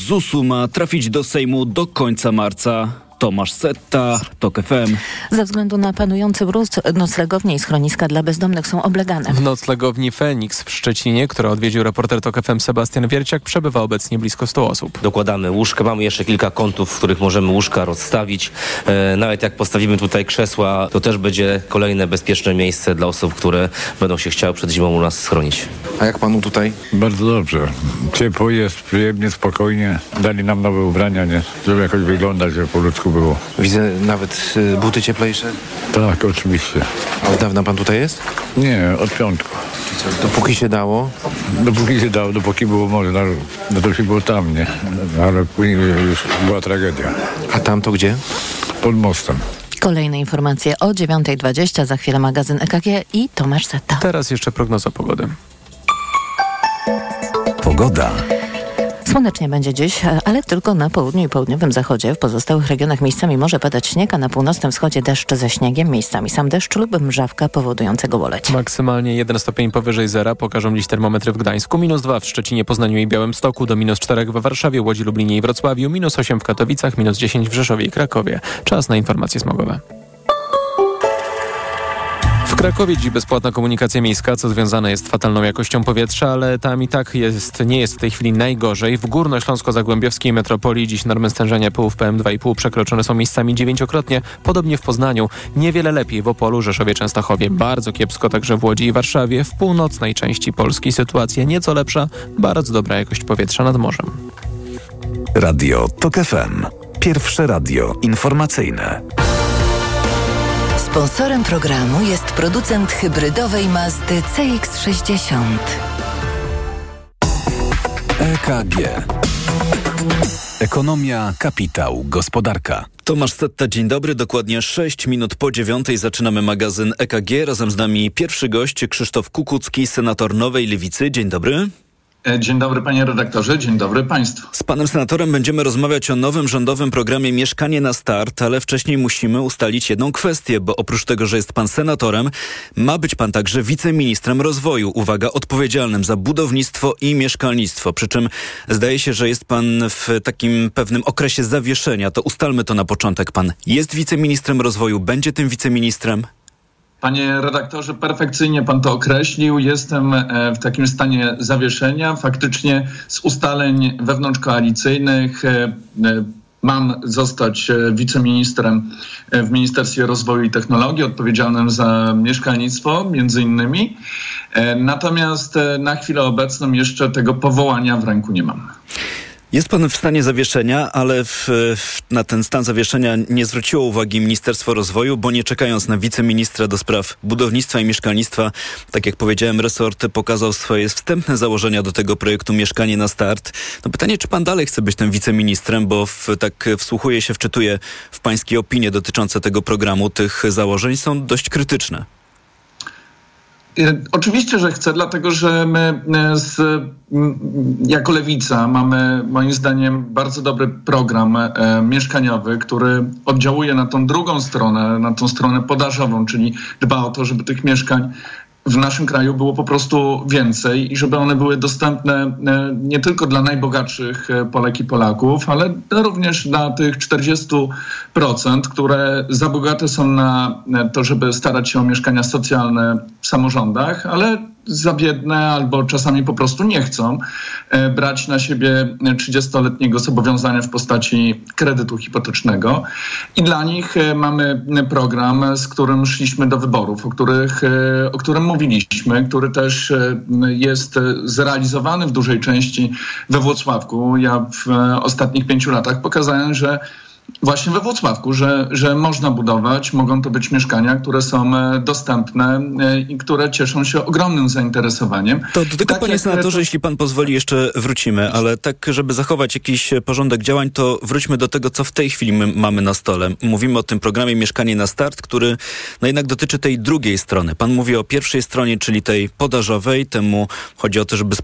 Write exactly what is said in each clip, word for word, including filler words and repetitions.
z U S U ma trafić do Sejmu do końca marca. Tomasz Setta, TOK F M. Ze względu na panujący wzrost noclegownie i schroniska dla bezdomnych są oblegane. W noclegowni Feniks w Szczecinie, którą odwiedził reporter TOK F M Sebastian Wierciak, przebywa obecnie blisko stu osób. Dokładamy łóżka, mamy jeszcze kilka kątów, w których możemy łóżka rozstawić. E, nawet jak postawimy tutaj krzesła, to też będzie kolejne bezpieczne miejsce dla osób, które będą się chciały przed zimą u nas schronić. A jak panu tutaj? Bardzo dobrze. Ciepło jest, przyjemnie, spokojnie. Dali nam nowe ubrania, nie? Żeby jakoś wyglądać, żeby po ludzku było. Widzę nawet y, buty cieplejsze. Tak, oczywiście. A od dawna pan tutaj jest? Nie, od piątku. Dopóki się dało? Dopóki się dało, dopóki było można, no to się było tam, nie? Ale później już była tragedia. A tam to gdzie? Pod mostem. Kolejne informacje o dziewiąta dwadzieścia, za chwilę magazyn E K G i Tomasz Setta. Teraz jeszcze prognoza pogody. Pogoda. Słonecznie będzie dziś, ale tylko na południu i południowym zachodzie. W pozostałych regionach miejscami może padać śnieg, a na północnym wschodzie deszcz ze śniegiem, miejscami sam deszcz lub mrzawka powodująca gołoleć. Maksymalnie jeden stopień powyżej zera pokażą dziś termometry w Gdańsku, minus dwa w Szczecinie, Poznaniu i Białymstoku, do minus czterech we Warszawie, Łodzi, Lublinie i Wrocławiu, minus osiem w Katowicach, minus dziesięć w Rzeszowie i Krakowie. Czas na informacje smogowe. W Krakowie dziś bezpłatna komunikacja miejska, co związane jest z fatalną jakością powietrza, ale tam i tak jest, nie jest w tej chwili najgorzej. W górnośląsko-zagłębiowskiej metropolii dziś normy stężenia pyłów P M dwa i pół przekroczone są miejscami dziewięciokrotnie, podobnie w Poznaniu. Niewiele lepiej w Opolu, Rzeszowie, Częstochowie, bardzo kiepsko także w Łodzi i Warszawie. W północnej części Polski sytuacja nieco lepsza, bardzo dobra jakość powietrza nad morzem. Radio TOK F M. Pierwsze radio informacyjne. Sponsorem programu jest producent hybrydowej Mazdy C X sześćdziesiąt. E K G. Ekonomia, kapitał, gospodarka. Tomasz Setta, dzień dobry. Dokładnie sześć minut po dziewiątej zaczynamy magazyn E K G. Razem z nami pierwszy gość, Krzysztof Kukucki, senator Nowej Lewicy. Dzień dobry. Dzień dobry panie redaktorze, dzień dobry państwu. Z panem senatorem będziemy rozmawiać o nowym rządowym programie Mieszkanie na start, ale wcześniej musimy ustalić jedną kwestię, bo oprócz tego, że jest pan senatorem, ma być pan także wiceministrem rozwoju. Uwaga, odpowiedzialnym za budownictwo i mieszkalnictwo. Przy czym zdaje się, że jest pan w takim pewnym okresie zawieszenia. To ustalmy to na początek. Pan jest wiceministrem rozwoju, będzie tym wiceministrem? Panie redaktorze, perfekcyjnie pan to określił. Jestem w takim stanie zawieszenia. Faktycznie z ustaleń wewnątrzkoalicyjnych mam zostać wiceministrem w Ministerstwie Rozwoju i Technologii, odpowiedzialnym za mieszkalnictwo między innymi. Natomiast na chwilę obecną jeszcze tego powołania w ręku nie mam. Jest pan w stanie zawieszenia, ale w, w, na ten stan zawieszenia nie zwróciło uwagi Ministerstwo Rozwoju, bo nie czekając na wiceministra do spraw budownictwa i mieszkalnictwa, tak jak powiedziałem, resort pokazał swoje wstępne założenia do tego projektu Mieszkanie na start. No pytanie, czy pan dalej chce być tym wiceministrem, bo w, tak wsłuchuję się, wczytuję w pańskie opinie dotyczące tego programu. Tych założeń są dość krytyczne. Oczywiście, że chcę, dlatego że my z, jako Lewica mamy moim zdaniem bardzo dobry program e, mieszkaniowy, który oddziałuje na tą drugą stronę, na tą stronę podażową, czyli dba o to, żeby tych mieszkań w naszym kraju było po prostu więcej i żeby one były dostępne nie tylko dla najbogatszych Polek i Polaków, ale również dla tych czterdziestu procent, które za bogate są na to, żeby starać się o mieszkania socjalne w samorządach, ale za biedne albo czasami po prostu nie chcą brać na siebie trzydziestoletniego zobowiązania w postaci kredytu hipotecznego. I dla nich mamy program, z którym szliśmy do wyborów, o, których, o którym mówiliśmy, który też jest zrealizowany w dużej części we Włocławku. Ja w ostatnich pięciu latach pokazałem, że właśnie we Włocławku, że, że można budować, mogą to być mieszkania, które są dostępne i które cieszą się ogromnym zainteresowaniem. To do tego, tak, panie senatorze, to... jeśli pan pozwoli, jeszcze wrócimy, ale tak, żeby zachować jakiś porządek działań, to wróćmy do tego, co w tej chwili my mamy na stole. Mówimy o tym programie Mieszkanie na start, który no jednak dotyczy tej drugiej strony. Pan mówi o pierwszej stronie, czyli tej podażowej, temu chodzi o to, żeby sprostać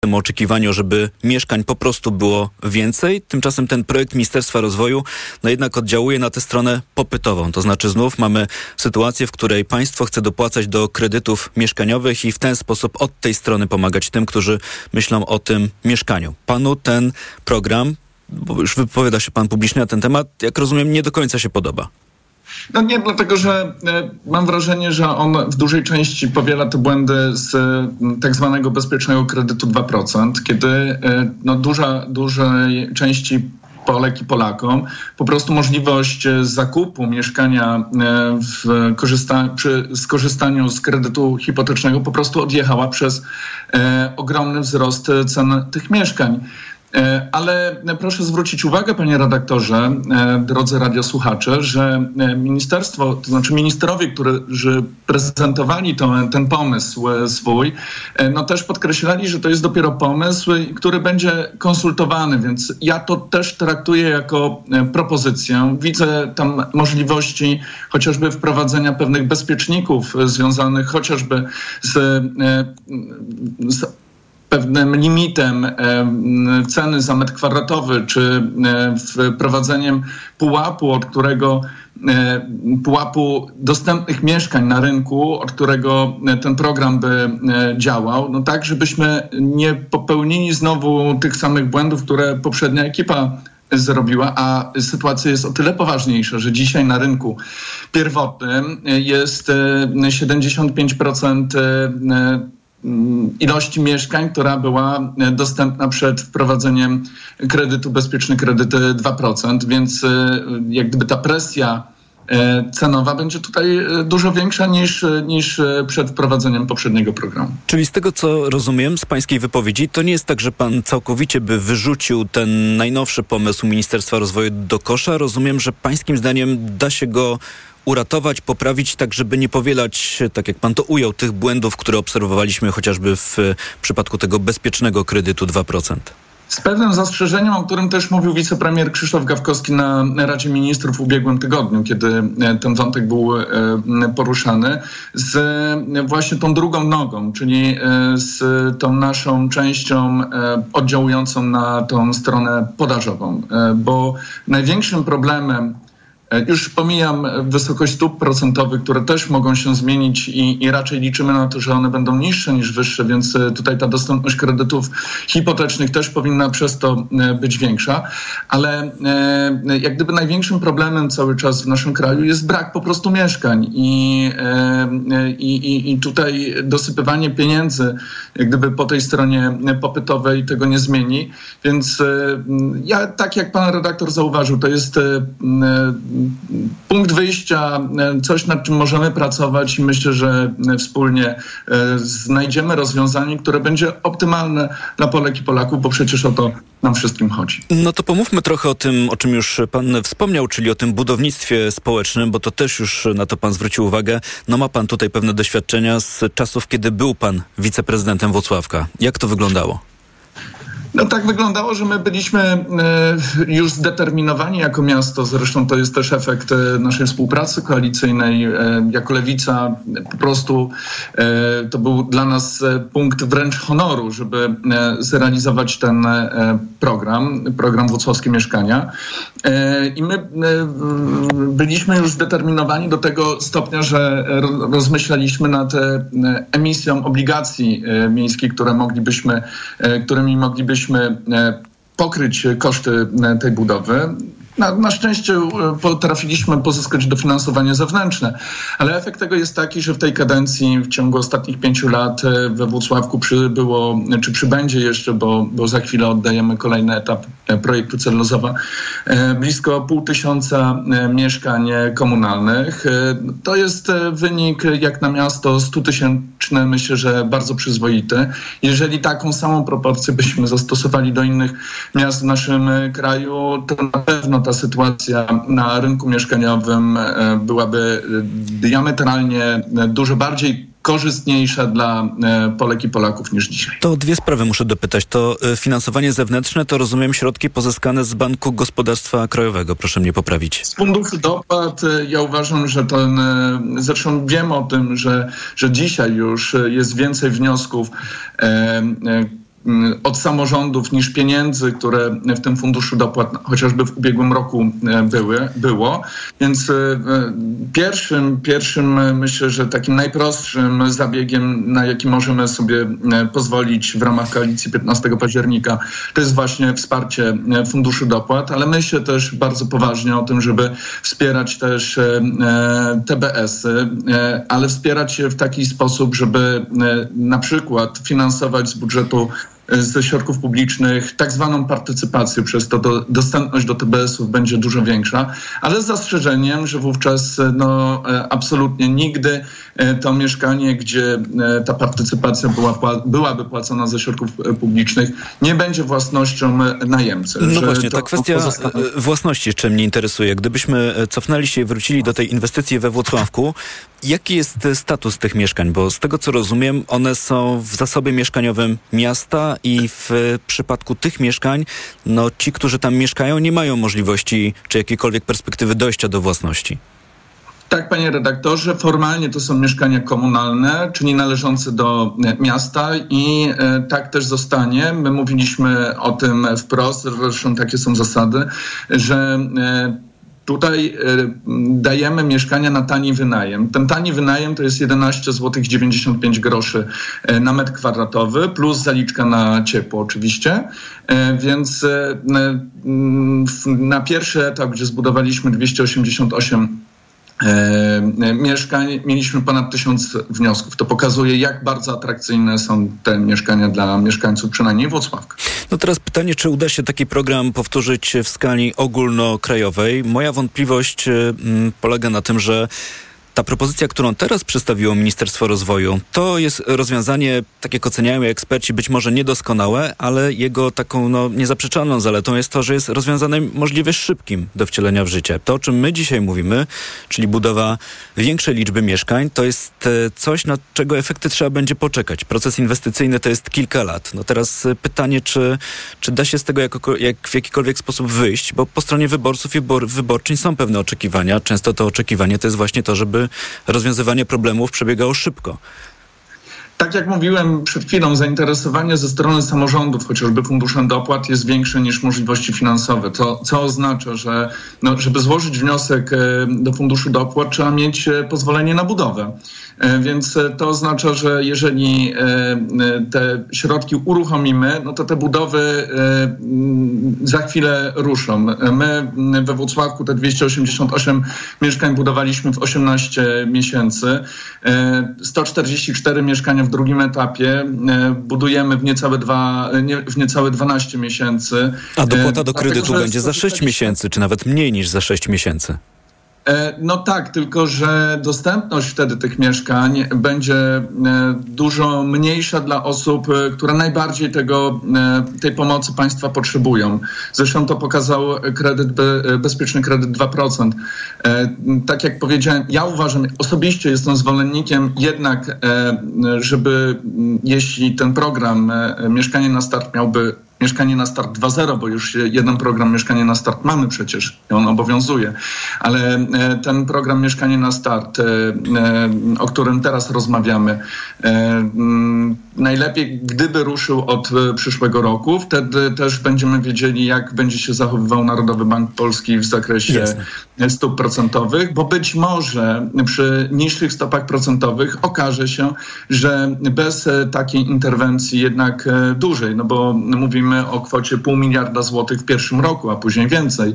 tym oczekiwaniu, żeby mieszkań po prostu było więcej. Tymczasem ten projekt Ministerstwa Rozwoju no jednak oddziałuje na tę stronę popytową. To znaczy znów mamy sytuację, w której państwo chce dopłacać do kredytów mieszkaniowych i w ten sposób od tej strony pomagać tym, którzy myślą o tym mieszkaniu. Panu ten program, bo już wypowiada się pan publicznie na ten temat, jak rozumiem, nie do końca się podoba. No nie, dlatego że e, mam wrażenie, że on w dużej części powiela te błędy z e, tak zwanego bezpiecznego kredytu dwa procent, kiedy e, no, duża, dużej części Polek i Polakom po prostu możliwość zakupu mieszkania w korzysta- przy skorzystaniu z kredytu hipotecznego po prostu odjechała przez e, ogromny wzrost cen tych mieszkań. Ale proszę zwrócić uwagę, panie redaktorze, drodzy radiosłuchacze, że ministerstwo, to znaczy ministrowie, którzy prezentowali to, ten pomysł swój, no też podkreślali, że to jest dopiero pomysł, który będzie konsultowany, więc ja to też traktuję jako propozycję. Widzę tam możliwości chociażby wprowadzenia pewnych bezpieczników związanych chociażby z, z pewnym limitem e, ceny za metr kwadratowy, czy e, wprowadzeniem pułapu, od którego e, pułapu dostępnych mieszkań na rynku, od którego ten program by e, działał, no tak, żebyśmy nie popełnili znowu tych samych błędów, które poprzednia ekipa zrobiła, a sytuacja jest o tyle poważniejsza, że dzisiaj na rynku pierwotnym jest siedemdziesiąt pięć procent ilości mieszkań, która była dostępna przed wprowadzeniem kredytu, bezpieczny kredyt dwa procent, więc jak gdyby ta presja cenowa będzie tutaj dużo większa niż, niż przed wprowadzeniem poprzedniego programu. Czyli z tego, co rozumiem z pańskiej wypowiedzi, to nie jest tak, że pan całkowicie by wyrzucił ten najnowszy pomysł Ministerstwa Rozwoju do kosza. Rozumiem, że pańskim zdaniem da się go uratować, poprawić tak, żeby nie powielać, tak jak pan to ujął, tych błędów, które obserwowaliśmy chociażby w przypadku tego bezpiecznego kredytu dwa procent. Z pewnym zastrzeżeniem, o którym też mówił wicepremier Krzysztof Gawkowski na Radzie Ministrów w ubiegłym tygodniu, kiedy ten wątek był poruszany, z właśnie tą drugą nogą, czyli z tą naszą częścią oddziałującą na tą stronę podażową. Bo największym problemem, już pomijam wysokość stóp procentowych, które też mogą się zmienić i, i raczej liczymy na to, że one będą niższe niż wyższe, więc tutaj ta dostępność kredytów hipotecznych też powinna przez to być większa. Ale e, jak gdyby największym problemem cały czas w naszym kraju jest brak po prostu mieszkań i, e, i, i tutaj dosypywanie pieniędzy jak gdyby po tej stronie popytowej tego nie zmieni. Więc e, ja, tak jak pan redaktor zauważył, to jest e, punkt wyjścia, coś nad czym możemy pracować i myślę, że wspólnie znajdziemy rozwiązanie, które będzie optymalne dla Polek i Polaków, bo przecież o to nam wszystkim chodzi. No to pomówmy trochę o tym, o czym już pan wspomniał, czyli o tym budownictwie społecznym, bo to też już na to pan zwrócił uwagę. No ma pan tutaj pewne doświadczenia z czasów, kiedy był pan wiceprezydentem Włocławka. Jak to wyglądało? No tak wyglądało, że my byliśmy e, już zdeterminowani jako miasto, zresztą to jest też efekt e, naszej współpracy koalicyjnej. E, jako Lewica po prostu e, to był dla nas e, punkt wręcz honoru, żeby e, zrealizować ten e, program, program Włocławskie Mieszkania. E, I my e, byliśmy już zdeterminowani do tego stopnia, że rozmyślaliśmy nad e, emisją obligacji e, miejskich, które moglibyśmy, e, którymi moglibyśmy pokryć koszty tej budowy. Na, na szczęście potrafiliśmy pozyskać dofinansowanie zewnętrzne, ale efekt tego jest taki, że w tej kadencji w ciągu ostatnich pięciu lat we Włocławku przybyło, czy przybędzie jeszcze, bo, bo za chwilę oddajemy kolejny etap projektu Cellulozowa, blisko pół tysiąca mieszkań komunalnych. To jest wynik jak na miasto stutysięczne, myślę, że bardzo przyzwoity. Jeżeli taką samą proporcję byśmy zastosowali do innych miast w naszym kraju, to na pewno ta sytuacja na rynku mieszkaniowym byłaby diametralnie dużo bardziej korzystniejsza dla Polek i Polaków niż dzisiaj. To dwie sprawy muszę dopytać. To finansowanie zewnętrzne, to rozumiem środki pozyskane z Banku Gospodarstwa Krajowego. Proszę mnie poprawić. Z Funduszu Dopłat ja uważam, że ten, zresztą wiem o tym, że, że dzisiaj już jest więcej wniosków, od samorządów niż pieniędzy, które w tym funduszu dopłat chociażby w ubiegłym roku były, było. Więc pierwszym, pierwszym myślę, że takim najprostszym zabiegiem, na jaki możemy sobie pozwolić w ramach koalicji piętnastego października, to jest właśnie wsparcie funduszu dopłat, ale myślę też bardzo poważnie o tym, żeby wspierać też T B S-y, ale wspierać je w taki sposób, żeby na przykład finansować z budżetu ze środków publicznych tak zwaną partycypację, przez to do, dostępność do T B S-ów będzie dużo większa, ale z zastrzeżeniem, że wówczas no, absolutnie nigdy to mieszkanie, gdzie ta partycypacja była, byłaby płacona ze środków publicznych, nie będzie własnością najemcy. No właśnie, ta kwestia pozostanie... własności jeszcze mnie interesuje. Gdybyśmy cofnęli się i wrócili do tej inwestycji we Włocławku, jaki jest status tych mieszkań? Bo z tego, co rozumiem, one są w zasobie mieszkaniowym miasta i w przypadku tych mieszkań, no ci, którzy tam mieszkają, nie mają możliwości czy jakiejkolwiek perspektywy dojścia do własności. Tak, panie redaktorze, formalnie to są mieszkania komunalne, czyli należące do miasta i e, tak też zostanie. My mówiliśmy o tym wprost, zresztą takie są zasady, że e, Tutaj y, dajemy mieszkania na tani wynajem. Ten tani wynajem to jest jedenaście złotych dziewięćdziesiąt pięć groszy y, na metr kwadratowy, plus zaliczka na ciepło oczywiście. Y, więc y, y, na pierwszy etap, gdzie zbudowaliśmy dwieście osiemdziesiąt osiem E, mieszkań, mieliśmy ponad tysiąc wniosków. To pokazuje, jak bardzo atrakcyjne są te mieszkania dla mieszkańców, przynajmniej Włocławka. No teraz pytanie, czy uda się taki program powtórzyć w skali ogólnokrajowej? Moja wątpliwość y, polega na tym, że ta propozycja, którą teraz przedstawiło Ministerstwo Rozwoju, to jest rozwiązanie, tak jak oceniają eksperci, być może niedoskonałe, ale jego taką no, niezaprzeczalną zaletą jest to, że jest rozwiązane możliwie szybkim do wcielenia w życie. To, o czym my dzisiaj mówimy, czyli budowa większej liczby mieszkań, to jest coś, na czego efekty trzeba będzie poczekać. Proces inwestycyjny to jest kilka lat. No teraz pytanie, czy, czy da się z tego jako, jak w jakikolwiek sposób wyjść, bo po stronie wyborców i wyborczyń są pewne oczekiwania. Często to oczekiwanie to jest właśnie to, żeby rozwiązywanie problemów przebiegało szybko. Tak jak mówiłem przed chwilą, zainteresowanie ze strony samorządów, chociażby funduszem dopłat, jest większe niż możliwości finansowe. To, co oznacza, że no, żeby złożyć wniosek do funduszu dopłat, trzeba mieć pozwolenie na budowę. Więc to oznacza, że jeżeli te środki uruchomimy, no to te budowy za chwilę ruszą. My we Włocławku te dwieście osiemdziesiąt osiem mieszkań budowaliśmy w osiemnaście miesięcy. sto czterdzieści cztery mieszkania w drugim etapie budujemy w niecałe, dwa, w niecałe dwanaście miesięcy. A dopłata do kredytu Dlatego, będzie za sześć miesięcy, czy nawet mniej niż za sześć miesięcy. No tak, tylko że dostępność wtedy tych mieszkań będzie dużo mniejsza dla osób, które najbardziej tego, tej pomocy państwa potrzebują. Zresztą to pokazał kredyt, bezpieczny kredyt dwa procent. Tak jak powiedziałem, ja uważam, osobiście jestem zwolennikiem jednak, żeby jeśli ten program Mieszkanie na Start miałby Mieszkanie na Start dwa zero, bo już jeden program Mieszkanie na Start mamy przecież i on obowiązuje, ale ten program Mieszkanie na Start, o którym teraz rozmawiamy, najlepiej gdyby ruszył od przyszłego roku, wtedy też będziemy wiedzieli, jak będzie się zachowywał Narodowy Bank Polski w zakresie Jasne. stóp procentowych, bo być może przy niższych stopach procentowych okaże się, że bez takiej interwencji jednak dłużej, no bo mówimy o kwocie pół miliarda złotych w pierwszym roku, a później więcej.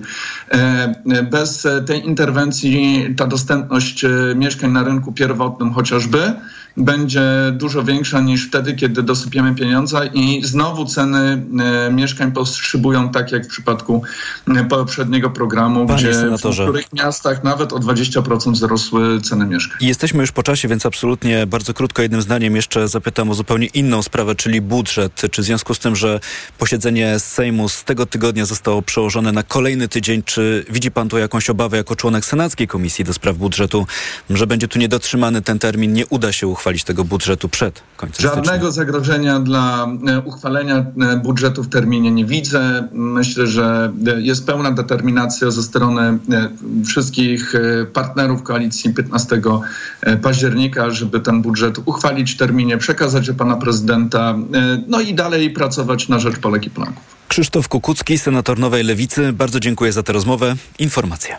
Bez tej interwencji ta dostępność mieszkań na rynku pierwotnym chociażby będzie dużo większa niż wtedy, kiedy dosypiemy pieniądze i znowu ceny e, mieszkań poszybują tak jak w przypadku e, poprzedniego programu, Panie gdzie senatorze. w niektórych miastach nawet o dwadzieścia procent wzrosły ceny mieszkań. Jesteśmy już po czasie, więc absolutnie bardzo krótko jednym zdaniem jeszcze zapytam o zupełnie inną sprawę, czyli budżet. Czy w związku z tym, że posiedzenie Sejmu z tego tygodnia zostało przełożone na kolejny tydzień, czy widzi pan tu jakąś obawę jako członek Senackiej Komisji do Spraw Budżetu, że będzie tu niedotrzymany ten termin, nie uda się uchwalić uchwalić tego budżetu przed końcem Żadnego stycznia. zagrożenia dla uchwalenia budżetu w terminie nie widzę. Myślę, że jest pełna determinacja ze strony wszystkich partnerów koalicji piętnastego października, żeby ten budżet uchwalić w terminie, przekazać do pana prezydenta, no i dalej pracować na rzecz Polek i Polaków. Krzysztof Kukucki, senator Nowej Lewicy. Bardzo dziękuję za tę rozmowę. Informacje.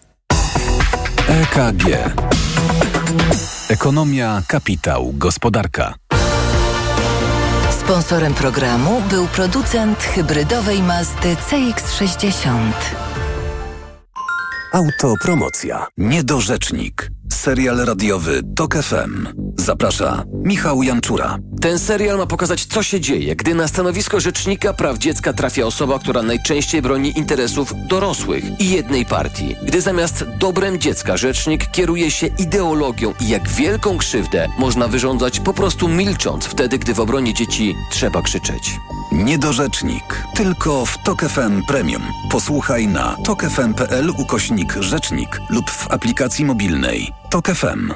E K G. Ekonomia, kapitał, gospodarka. Sponsorem programu był producent hybrydowej Mazdy C X sześćdziesiąt. Autopromocja. Niedorzecznik. Serial radiowy Tok F M. Zaprasza Michał Janczura. Ten serial ma pokazać, co się dzieje, gdy na stanowisko rzecznika praw dziecka trafia osoba, która najczęściej broni interesów dorosłych i jednej partii. Gdy zamiast dobrem dziecka rzecznik kieruje się ideologią i jak wielką krzywdę można wyrządzać po prostu milcząc wtedy, gdy w obronie dzieci trzeba krzyczeć. Niedorzecznik. Tylko w Tok F M Premium. Posłuchaj na tokfm.pl ukośnik rzecznik lub w aplikacji mobilnej. Tok F M.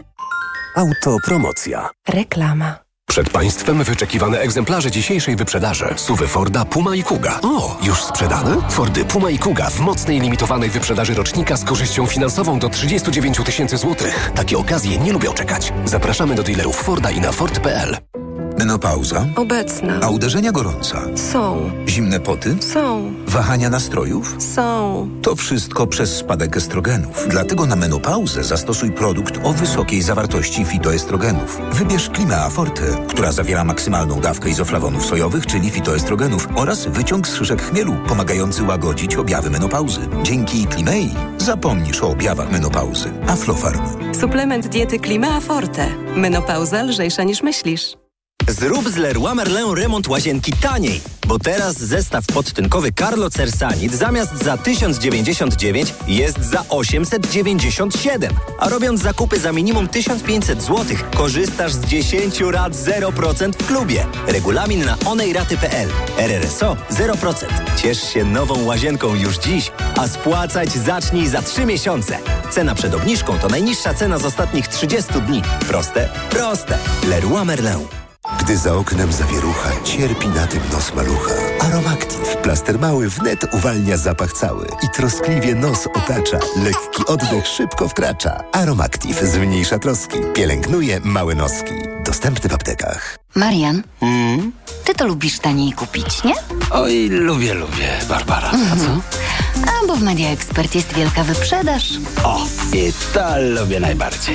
Autopromocja. Reklama. Przed Państwem wyczekiwane egzemplarze dzisiejszej wyprzedaży. Suwy Forda, Puma i Kuga. O, już sprzedane? Fordy Puma i Kuga w mocnej limitowanej wyprzedaży rocznika z korzyścią finansową do trzydzieści dziewięć tysięcy złotych. Takie okazje nie lubią czekać. Zapraszamy do dealerów Forda i na Ford kropka p l. Menopauza? Obecna. A uderzenia gorąca? Są. Zimne poty? Są. Wahania nastrojów? Są. To wszystko przez spadek estrogenów. Dlatego na menopauzę zastosuj produkt o wysokiej zawartości fitoestrogenów. Wybierz Klimea Forte, która zawiera maksymalną dawkę izoflawonów sojowych, czyli fitoestrogenów, oraz wyciąg z szyszek chmielu, pomagający łagodzić objawy menopauzy. Dzięki Klimei zapomnisz o objawach menopauzy. Aflofarm. Suplement diety Klimea Forte. Menopauza lżejsza niż myślisz. Zrób z Leroy Merlin remont łazienki taniej, bo teraz zestaw podtynkowy Carlo Cersanit zamiast za tysiąc dziewięćdziesiąt dziewięć jest za osiemset dziewięćdziesiąt siedem, a robiąc zakupy za minimum tysiąc pięćset złotych korzystasz z dziesięciu rat zero procent w klubie. Regulamin na onejraty kropka p l. R R S O zero procent. Ciesz się nową łazienką już dziś, a spłacać zacznij za trzy miesiące. Cena przed obniżką to najniższa cena z ostatnich trzydziestu dni. Proste? Proste. Leroy Merlin. Gdy za oknem zawierucha, cierpi na tym nos malucha. Aromactive. Plaster mały wnet uwalnia zapach cały i troskliwie nos otacza. Lekki oddech szybko wkracza. Aromactive zmniejsza troski. Pielęgnuje małe noski. Dostępny w aptekach. Marian, mm? ty to lubisz taniej kupić, nie? Oj, lubię, lubię, Barbara. Mm-hmm. A co? A, bo w Media Expert jest wielka wyprzedaż. O, i to lubię najbardziej.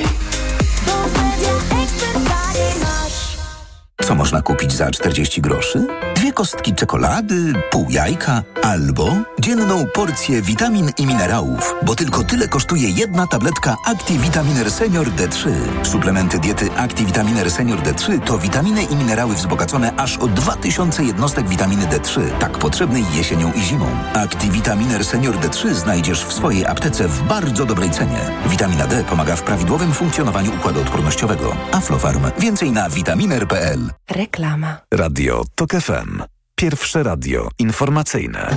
Co można kupić za czterdzieści groszy? Dwie kostki czekolady, pół jajka albo dzienną porcję witamin i minerałów, bo tylko tyle kosztuje jedna tabletka ActiVitaminer Senior D trzy. Suplementy diety ActiVitaminer Senior D trzy to witaminy i minerały wzbogacone aż o dwa tysiące jednostek witaminy D trzy, tak potrzebnej jesienią i zimą. ActiVitaminer Senior D trzy znajdziesz w swojej aptece w bardzo dobrej cenie. Witamina D pomaga w prawidłowym funkcjonowaniu układu odpornościowego. Aflofarm. Więcej na vitaminer kropka p l. Reklama. Radio Tok F M. Pierwsze radio informacyjne.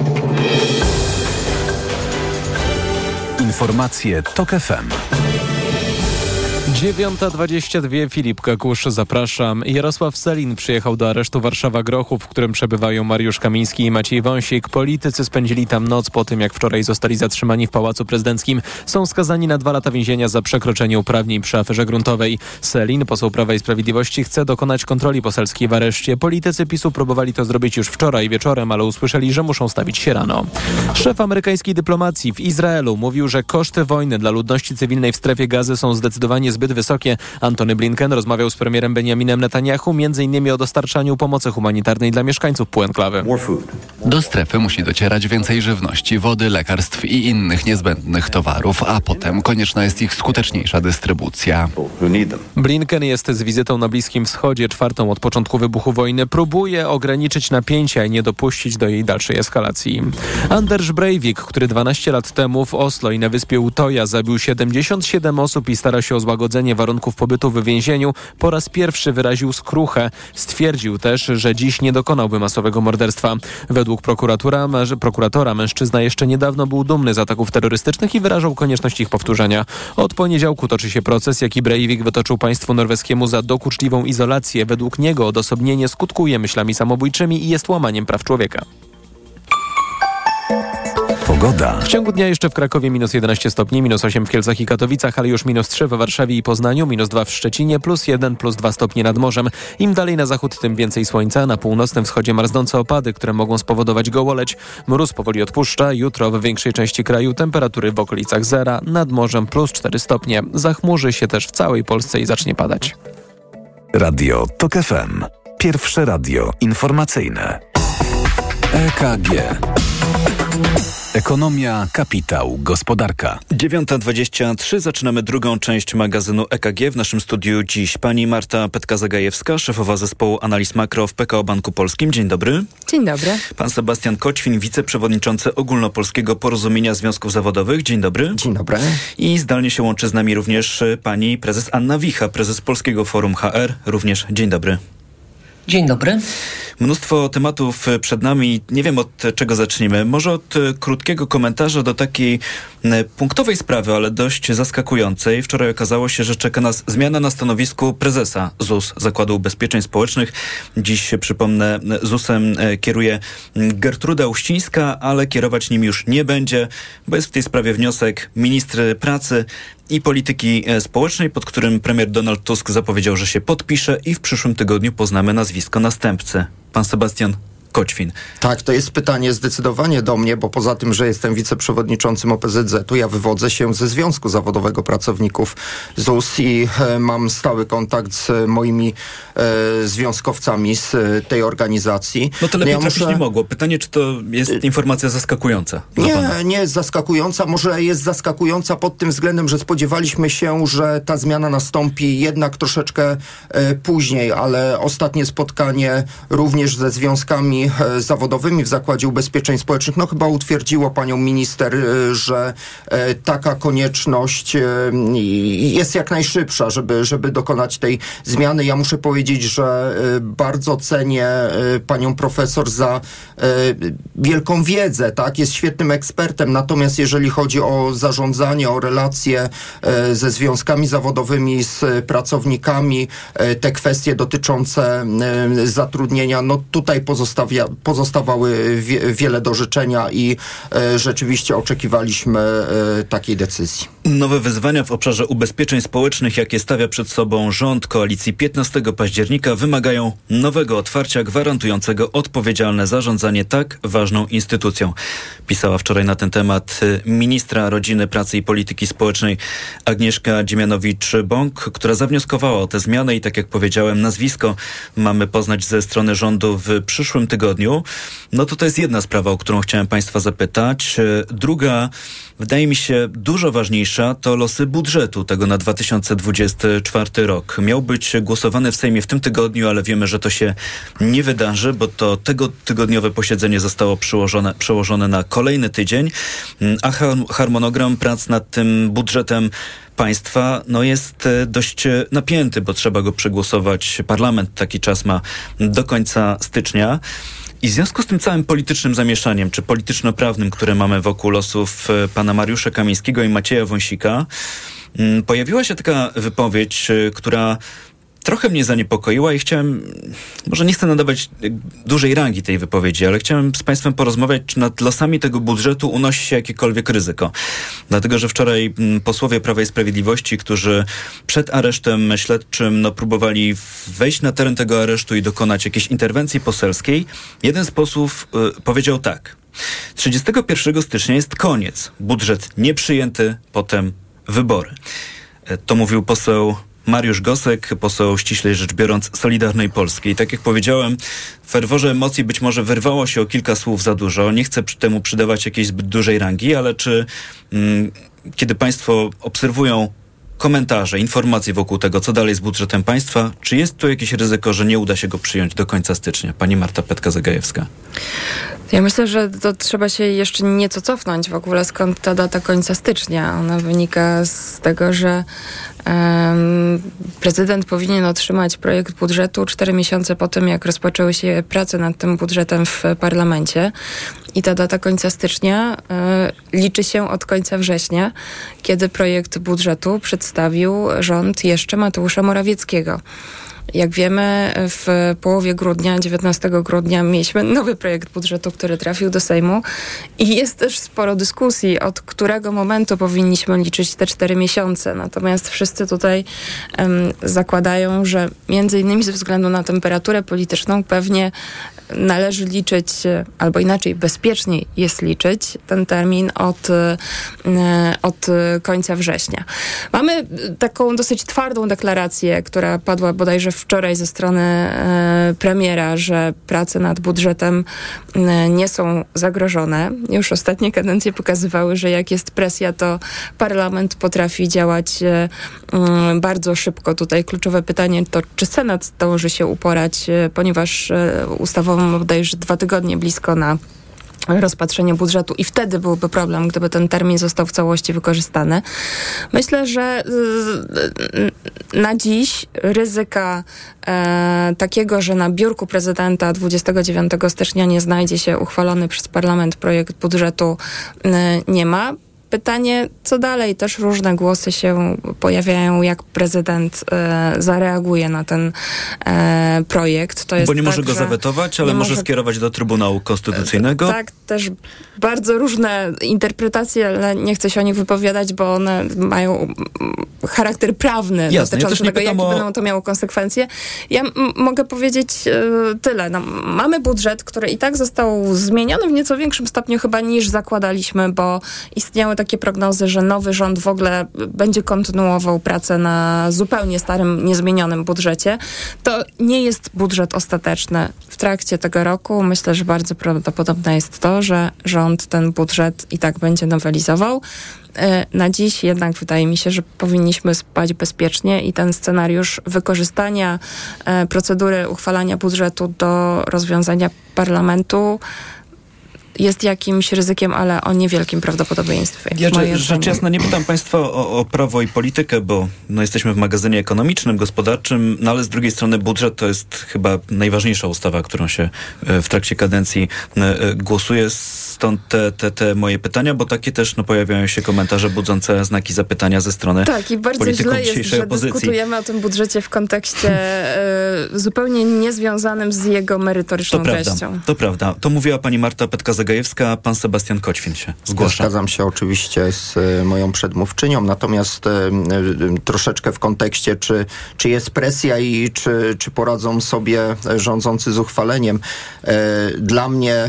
Informacje Tok F M. dziewiąta dwadzieścia dwa, Filip Kakusz, zapraszam. Jarosław Sellin przyjechał do aresztu Warszawa-Grochów, w którym przebywają Mariusz Kamiński i Maciej Wąsik. Politycy spędzili tam noc po tym, jak wczoraj zostali zatrzymani w Pałacu Prezydenckim. Są skazani na dwa lata więzienia za przekroczenie uprawnień przy aferze gruntowej. Sellin, poseł Prawa i Sprawiedliwości, chce dokonać kontroli poselskiej w areszcie. Politycy PiSu próbowali to zrobić już wczoraj wieczorem, ale usłyszeli, że muszą stawić się rano. Szef amerykańskiej dyplomacji w Izraelu mówił, że koszty wojny dla ludności cywilnej w strefie Gazy są zdecydowanie zbyt wysokie. Antony Blinken rozmawiał z premierem Benjaminem Netanyahu między innymi o dostarczaniu pomocy humanitarnej dla mieszkańców półenklawy. Do strefy musi docierać więcej żywności, wody, lekarstw i innych niezbędnych towarów, a potem konieczna jest ich skuteczniejsza dystrybucja. Blinken jest z wizytą na Bliskim Wschodzie, czwartą od początku wybuchu wojny. Próbuje ograniczyć napięcia i nie dopuścić do jej dalszej eskalacji. Anders Breivik, który dwanaście lat temu w Oslo i na wyspie Utoja zabił siedemdziesiąt siedem osób i stara się o złagodzenie wprowadzenie warunków pobytu w więzieniu, po raz pierwszy wyraził skruchę. Stwierdził też, że dziś nie dokonałby masowego morderstwa. Według prokuratora, prokuratora mężczyzna jeszcze niedawno był dumny z ataków terrorystycznych i wyrażał konieczność ich powtórzenia. Od poniedziałku toczy się proces, jaki Breivik wytoczył państwu norweskiemu za dokuczliwą izolację. Według niego odosobnienie skutkuje myślami samobójczymi i jest łamaniem praw człowieka. Pogoda. W ciągu dnia jeszcze w Krakowie minus jedenaście stopni, minus osiem w Kielcach i Katowicach, ale już minus trzy we Warszawie i Poznaniu, minus dwa w Szczecinie, plus jeden, plus dwa stopnie nad morzem. Im dalej na zachód, tym więcej słońca. Na północnym wschodzie marznące opady, które mogą spowodować gołoleć. Mróz powoli odpuszcza. Jutro w większej części kraju temperatury w okolicach zera, nad morzem plus cztery stopnie. Zachmurzy się też w całej Polsce i zacznie padać. Radio TOK F M. Pierwsze radio informacyjne. E K G. Ekonomia, kapitał, gospodarka. dziewiąta dwadzieścia trzy. Zaczynamy drugą część magazynu E K G. W naszym studiu dziś pani Marta Petka-Zagajewska, szefowa zespołu analiz makro w P K O Banku Polskim. Dzień dobry. Dzień dobry. Pan Sebastian Koćwin, wiceprzewodniczący Ogólnopolskiego Porozumienia Związków Zawodowych. Dzień dobry. Dzień dobry. I zdalnie się łączy z nami również pani prezes Anna Wicha, prezes Polskiego Forum H R. Również dzień dobry. Dzień dobry. Mnóstwo tematów przed nami. Nie wiem, od czego zaczniemy. Może od krótkiego komentarza do takiej punktowej sprawy, ale dość zaskakującej. Wczoraj okazało się, że czeka nas zmiana na stanowisku prezesa Z U S, Zakładu Ubezpieczeń Społecznych. Dziś, przypomnę, Z U S-em kieruje Gertruda Uścińska, ale kierować nim już nie będzie, bo jest w tej sprawie wniosek ministra pracy i polityki społecznej, pod którym premier Donald Tusk zapowiedział, że się podpisze i w przyszłym tygodniu poznamy nazwisko następcy. Pan Sebastian Koćwin. Tak, to jest pytanie zdecydowanie do mnie, bo poza tym, że jestem wiceprzewodniczącym O P Z Z-u, ja wywodzę się ze Związku Zawodowego Pracowników Z U S i e, mam stały kontakt z moimi e, związkowcami z e, tej organizacji. No to lepiej ja trafić muszę... nie mogło. Pytanie, czy to jest informacja zaskakująca? Nie, nie jest zaskakująca. Może jest zaskakująca pod tym względem, że spodziewaliśmy się, że ta zmiana nastąpi jednak troszeczkę e, później, ale ostatnie spotkanie również ze związkami zawodowymi w Zakładzie Ubezpieczeń Społecznych, no chyba utwierdziło panią minister, że e, taka konieczność e, jest jak najszybsza, żeby, żeby dokonać tej zmiany. Ja muszę powiedzieć, że e, bardzo cenię e, panią profesor za e, wielką wiedzę, tak? Jest świetnym ekspertem, natomiast jeżeli chodzi o zarządzanie, o relacje e, ze związkami zawodowymi, z pracownikami, e, te kwestie dotyczące e, zatrudnienia, no tutaj pozostawia pozostawały wie, wiele do życzenia i e, rzeczywiście oczekiwaliśmy e, takiej decyzji. Nowe wyzwania w obszarze ubezpieczeń społecznych, jakie stawia przed sobą rząd koalicji piętnastego października, wymagają nowego otwarcia gwarantującego odpowiedzialne zarządzanie tak ważną instytucją. Pisała wczoraj na ten temat ministra Rodziny, Pracy i Polityki Społecznej Agnieszka Dziemianowicz-Bąk, która zawnioskowała o tę zmianę i tak jak powiedziałem, nazwisko mamy poznać ze strony rządu w przyszłym tygodniu. No to to jest jedna sprawa, o którą chciałem państwa zapytać. Druga, wydaje mi się dużo ważniejsza, to losy budżetu tego na dwa tysiące dwudziesty czwarty rok. Miał być głosowany w Sejmie w tym tygodniu, ale wiemy, że to się nie wydarzy, bo to tego tygodniowe posiedzenie zostało przełożone, przełożone na kolejny tydzień, a harmonogram prac nad tym budżetem państwa no jest dość napięty, bo trzeba go przegłosować. Parlament taki czas ma do końca stycznia. I w związku z tym całym politycznym zamieszaniem, czy polityczno-prawnym, które mamy wokół losów pana Mariusza Kamińskiego i Macieja Wąsika, pojawiła się taka wypowiedź, która trochę mnie zaniepokoiła i chciałem, może nie chcę nadawać dużej rangi tej wypowiedzi, ale chciałem z państwem porozmawiać, czy nad losami tego budżetu unosi się jakiekolwiek ryzyko. Dlatego, że wczoraj posłowie Prawa i Sprawiedliwości, którzy przed aresztem śledczym no, próbowali wejść na teren tego aresztu i dokonać jakiejś interwencji poselskiej, jeden z posłów y, powiedział tak. trzydziestego pierwszego stycznia jest koniec. Budżet nieprzyjęty, potem wybory. To mówił poseł Mariusz Gosek, poseł ściślej rzecz biorąc Solidarnej Polskiej. Tak jak powiedziałem, w ferworze emocji być może wyrwało się o kilka słów za dużo. Nie chcę przy temu przydawać jakiejś zbyt dużej rangi, ale czy mm, kiedy państwo obserwują komentarze, informacje wokół tego, co dalej z budżetem państwa. Czy jest tu jakieś ryzyko, że nie uda się go przyjąć do końca stycznia? Pani Marta Petka-Zagajewska. Ja myślę, że to trzeba się jeszcze nieco cofnąć w ogóle, skąd ta data końca stycznia. Ona wynika z tego, że um, prezydent powinien otrzymać projekt budżetu cztery miesiące po tym, jak rozpoczęły się prace nad tym budżetem w parlamencie. I ta data końca stycznia y, liczy się od końca września, kiedy projekt budżetu przedstawił rząd jeszcze Mateusza Morawieckiego. Jak wiemy, w połowie grudnia, dziewiętnastego grudnia mieliśmy nowy projekt budżetu, który trafił do Sejmu i jest też sporo dyskusji, od którego momentu powinniśmy liczyć te cztery miesiące. Natomiast wszyscy tutaj um, zakładają, że między innymi ze względu na temperaturę polityczną pewnie należy liczyć, albo inaczej bezpieczniej jest liczyć ten termin od, od końca września. Mamy taką dosyć twardą deklarację, która padła bodajże wczoraj ze strony e, premiera, że prace nad budżetem e, nie są zagrożone. Już ostatnie kadencje pokazywały, że jak jest presja, to parlament potrafi działać e, e, bardzo szybko. Tutaj kluczowe pytanie to, czy Senat zdąży się uporać, e, ponieważ e, ustawowo ma bodajże dwa tygodnie blisko na rozpatrzenie budżetu i wtedy byłby problem, gdyby ten termin został w całości wykorzystany. Myślę, że na dziś ryzyka e, takiego, że na biurku prezydenta dwudziestego dziewiątego stycznia nie znajdzie się uchwalony przez parlament projekt budżetu, e, nie ma. Pytanie, co dalej? Też różne głosy się pojawiają, jak prezydent e, zareaguje na ten e, projekt. To jest Bo nie tak, może go że zawetować, ale może, może skierować do Trybunału Konstytucyjnego. E, tak, też bardzo różne interpretacje, ale nie chcę się o nich wypowiadać, bo one mają charakter prawny. Jasne, dotyczący ja tego, jakie o... będą to miało konsekwencje. Ja m- mogę powiedzieć e, tyle. No, mamy budżet, który i tak został zmieniony w nieco większym stopniu chyba niż zakładaliśmy, bo istniały takie prognozy, że nowy rząd w ogóle będzie kontynuował pracę na zupełnie starym, niezmienionym budżecie. To nie jest budżet ostateczny. W trakcie tego roku myślę, że bardzo prawdopodobne jest to, że rząd ten budżet i tak będzie nowelizował. Na dziś jednak wydaje mi się, że powinniśmy spać bezpiecznie i ten scenariusz wykorzystania procedury uchwalania budżetu do rozwiązania parlamentu jest jakimś ryzykiem, ale o niewielkim prawdopodobieństwie. Ja rzecz jasna nie pytam państwa o, o prawo i politykę, bo no, jesteśmy w magazynie ekonomicznym, gospodarczym, no ale z drugiej strony budżet to jest chyba najważniejsza ustawa, którą się w trakcie kadencji głosuje. Stąd te, te, te moje pytania, bo takie też no, pojawiają się komentarze budzące znaki zapytania ze strony tak, i bardzo polityków źle jest, dzisiejszej że opozycji. Dyskutujemy o tym budżecie w kontekście y, zupełnie niezwiązanym z jego merytoryczną to prawda, treścią. To prawda. To mówiła pani Marta Petka-Zagajewska, pan Sebastian Koćwin się zgłasza. Ja zgadzam się oczywiście z y, moją przedmówczynią, natomiast y, y, troszeczkę w kontekście, czy, czy jest presja i czy, czy poradzą sobie rządzący z uchwaleniem. Y, dla mnie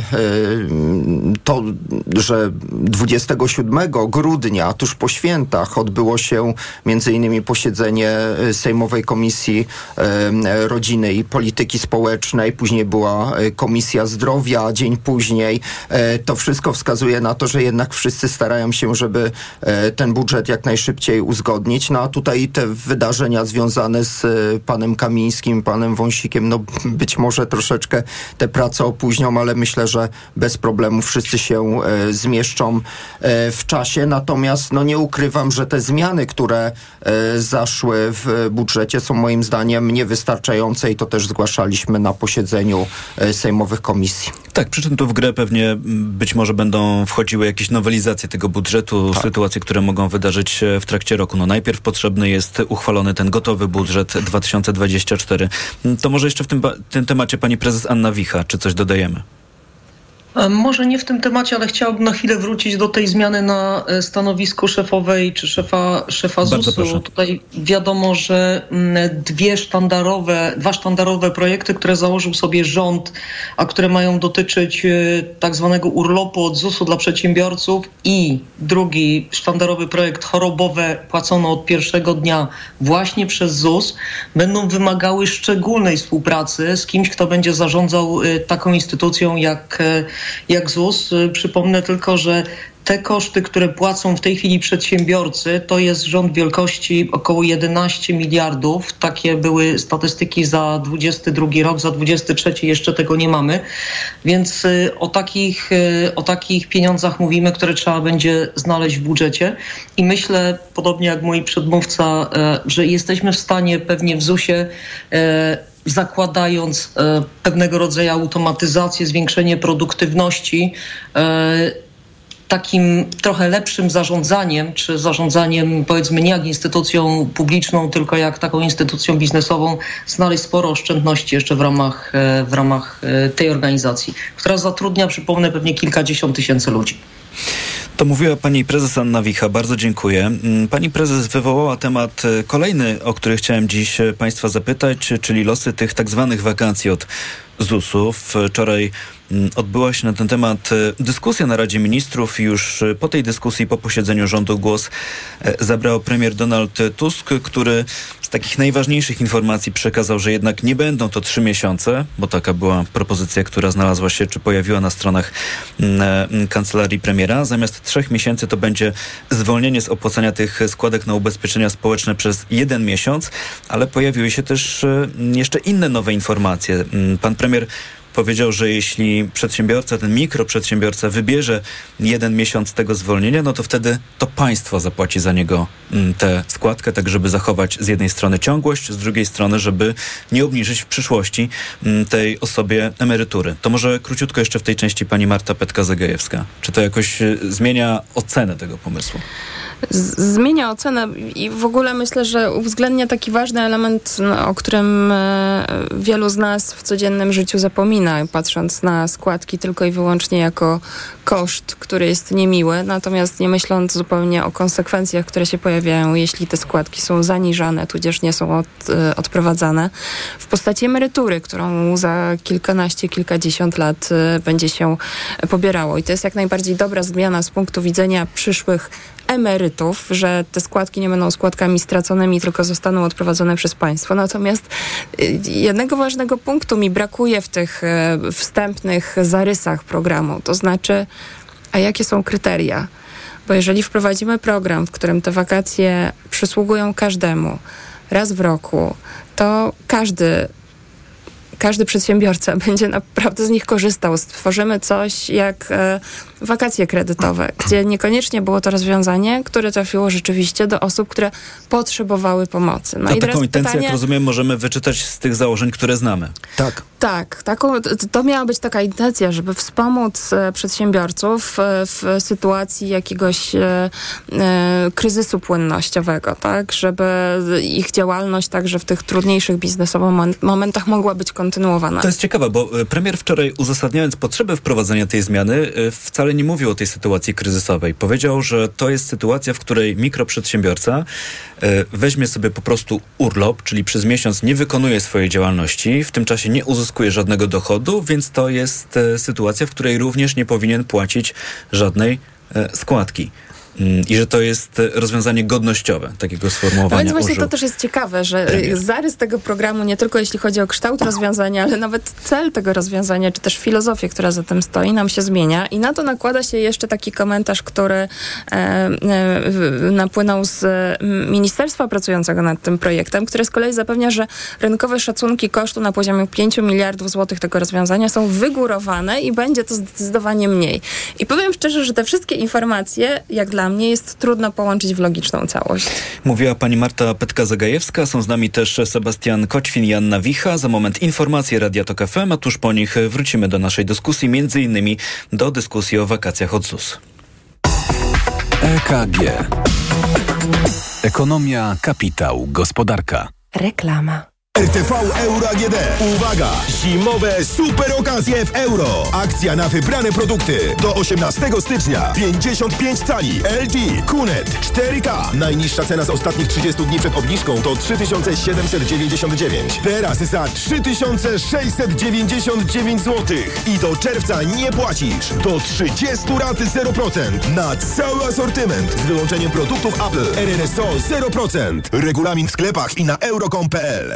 y, to, że dwudziestego siódmego grudnia, tuż po świętach, odbyło się między innymi posiedzenie Sejmowej Komisji e, Rodziny i Polityki Społecznej, później była Komisja Zdrowia, dzień później. E, to wszystko wskazuje na to, że jednak wszyscy starają się, żeby e, ten budżet jak najszybciej uzgodnić. No a tutaj te wydarzenia związane z e, panem Kamińskim, panem Wąsikiem, no być może troszeczkę te prace opóźnią, ale myślę, że bez problemu wszyscy się e, zmieszczą e, w czasie. Natomiast no nie ukrywam, że te zmiany, które e, zaszły w budżecie, są moim zdaniem niewystarczające i to też zgłaszaliśmy na posiedzeniu e, sejmowych komisji. Tak, przy czym tu w grę pewnie być może będą wchodziły jakieś nowelizacje tego budżetu, tak. Sytuacje, które mogą wydarzyć się w trakcie roku. No najpierw potrzebny jest uchwalony ten gotowy budżet dwa tysiące dwudziesty czwarty. To może jeszcze w tym, tym temacie pani prezes Anna Wicha, czy coś dodajemy? Może nie w tym temacie, ale chciałabym na chwilę wrócić do tej zmiany na stanowisku szefowej czy szefa, szefa zusu. Tutaj wiadomo, że dwie sztandarowe, dwa sztandarowe projekty, które założył sobie rząd, a które mają dotyczyć tak zwanego urlopu od zusu dla przedsiębiorców i drugi sztandarowy projekt chorobowe płacone od pierwszego dnia właśnie przez Z U S, będą wymagały szczególnej współpracy z kimś, kto będzie zarządzał taką instytucją jak jak Z U S. Przypomnę tylko, że te koszty, które płacą w tej chwili przedsiębiorcy, to jest rząd wielkości około jedenaście miliardów. Takie były statystyki za dwudziesty drugi rok, za dwudziesty trzeci jeszcze tego nie mamy. Więc o takich, o takich pieniądzach mówimy, które trzeba będzie znaleźć w budżecie. I myślę, podobnie jak mój przedmówca, że jesteśmy w stanie pewnie w Z U S-ie zakładając pewnego rodzaju automatyzację, zwiększenie produktywności, takim trochę lepszym zarządzaniem, czy zarządzaniem powiedzmy nie jak instytucją publiczną, tylko jak taką instytucją biznesową, znaleźć sporo oszczędności jeszcze w ramach, w ramach tej organizacji, która zatrudnia, przypomnę, pewnie kilkadziesiąt tysięcy ludzi. To mówiła pani prezes Anna Wicha. Bardzo dziękuję. Pani prezes wywołała temat kolejny, o który chciałem dziś państwa zapytać, czyli losy tych tak zwanych wakacji od Z U S-u. Wczoraj odbyła się na ten temat dyskusja na Radzie Ministrów. Już po tej dyskusji, po posiedzeniu rządu głos zabrał premier Donald Tusk, który z takich najważniejszych informacji przekazał, że jednak nie będą to trzy miesiące, bo taka była propozycja, która znalazła się, czy pojawiła na stronach kancelarii premiera. Zamiast trzech miesięcy to będzie zwolnienie z opłacania tych składek na ubezpieczenia społeczne przez jeden miesiąc, ale pojawiły się też jeszcze inne nowe informacje. Pan premier powiedział, że jeśli przedsiębiorca, ten mikroprzedsiębiorca wybierze jeden miesiąc tego zwolnienia, no to wtedy to państwo zapłaci za niego tę składkę, tak żeby zachować z jednej strony ciągłość, z drugiej strony, żeby nie obniżyć w przyszłości tej osobie emerytury. To może króciutko jeszcze w tej części pani Marta Petka-Zagajewska. Czy to jakoś zmienia ocenę tego pomysłu? Zmienia ocenę i w ogóle myślę, że uwzględnia taki ważny element, no, o którym e, wielu z nas w codziennym życiu zapomina, patrząc na składki tylko i wyłącznie jako koszt, który jest niemiły, natomiast nie myśląc zupełnie o konsekwencjach, które się pojawiają, jeśli te składki są zaniżane, tudzież nie są od, e, odprowadzane, w postaci emerytury, którą za kilkanaście, kilkadziesiąt lat e, będzie się pobierało. I to jest jak najbardziej dobra zmiana z punktu widzenia przyszłych emerytów, że te składki nie będą składkami straconymi, tylko zostaną odprowadzone przez państwo. Natomiast jednego ważnego punktu mi brakuje w tych wstępnych zarysach programu, to znaczy, a jakie są kryteria? Bo jeżeli wprowadzimy program, w którym te wakacje przysługują każdemu raz w roku, to każdy Każdy przedsiębiorca będzie naprawdę z nich korzystał. Stworzymy coś jak e, wakacje kredytowe, gdzie niekoniecznie było to rozwiązanie, które trafiło rzeczywiście do osób, które potrzebowały pomocy. No to i taką intencję, pytanie, jak rozumiem, możemy wyczytać z tych założeń, które znamy. Tak. Tak, taką, to miała być taka intencja, żeby wspomóc e, przedsiębiorców e, w sytuacji jakiegoś e, e, kryzysu płynnościowego, tak, żeby ich działalność także w tych trudniejszych biznesowo momentach mogła być kontynuowana. To jest ciekawe, bo premier wczoraj, uzasadniając potrzebę wprowadzenia tej zmiany, wcale nie mówił o tej sytuacji kryzysowej. Powiedział, że to jest sytuacja, w której mikroprzedsiębiorca weźmie sobie po prostu urlop, czyli przez miesiąc nie wykonuje swojej działalności, w tym czasie nie uzyskuje żadnego dochodu, więc to jest sytuacja, w której również nie powinien płacić żadnej składki. I że to jest rozwiązanie godnościowe, takiego sformułowania. No więc właśnie użył to też jest ciekawe, że premier. Zarys tego programu, nie tylko jeśli chodzi o kształt rozwiązania, ale nawet cel tego rozwiązania, czy też filozofię, która za tym stoi, nam się zmienia. I na to nakłada się jeszcze taki komentarz, który e, e, napłynął z ministerstwa pracującego nad tym projektem, które z kolei zapewnia, że rynkowe szacunki kosztu na poziomie pięć miliardów złotych tego rozwiązania są wygórowane i będzie to zdecydowanie mniej. I powiem szczerze, że te wszystkie informacje, jak dla mnie, jest trudno połączyć w logiczną całość. Mówiła pani Marta Petka-Zagajewska. Są z nami też Sebastian Koćwin i Anna Wicha. Za moment informacje Radia Tok F M, a tuż po nich wrócimy do naszej dyskusji, między innymi do dyskusji o wakacjach od Z U S. E K G. Ekonomia, kapitał, gospodarka. Reklama. R T V Euro A G D. Uwaga! Zimowe super okazje w euro. Akcja na wybrane produkty. Do osiemnastego stycznia. pięćdziesiąt pięć cali. L G. Kunet. cztery K. Najniższa cena z ostatnich trzydziestu dni przed obniżką to trzy tysiące siedemset dziewięćdziesiąt dziewięć. Teraz za trzy tysiące sześćset dziewięćdziesiąt dziewięć złotych. I do czerwca nie płacisz. Do trzydziestu rat zero procent. Na cały asortyment. Z wyłączeniem produktów Apple. R R S O zero procent. Regulamin w sklepach i na euro kropka com kropka p l.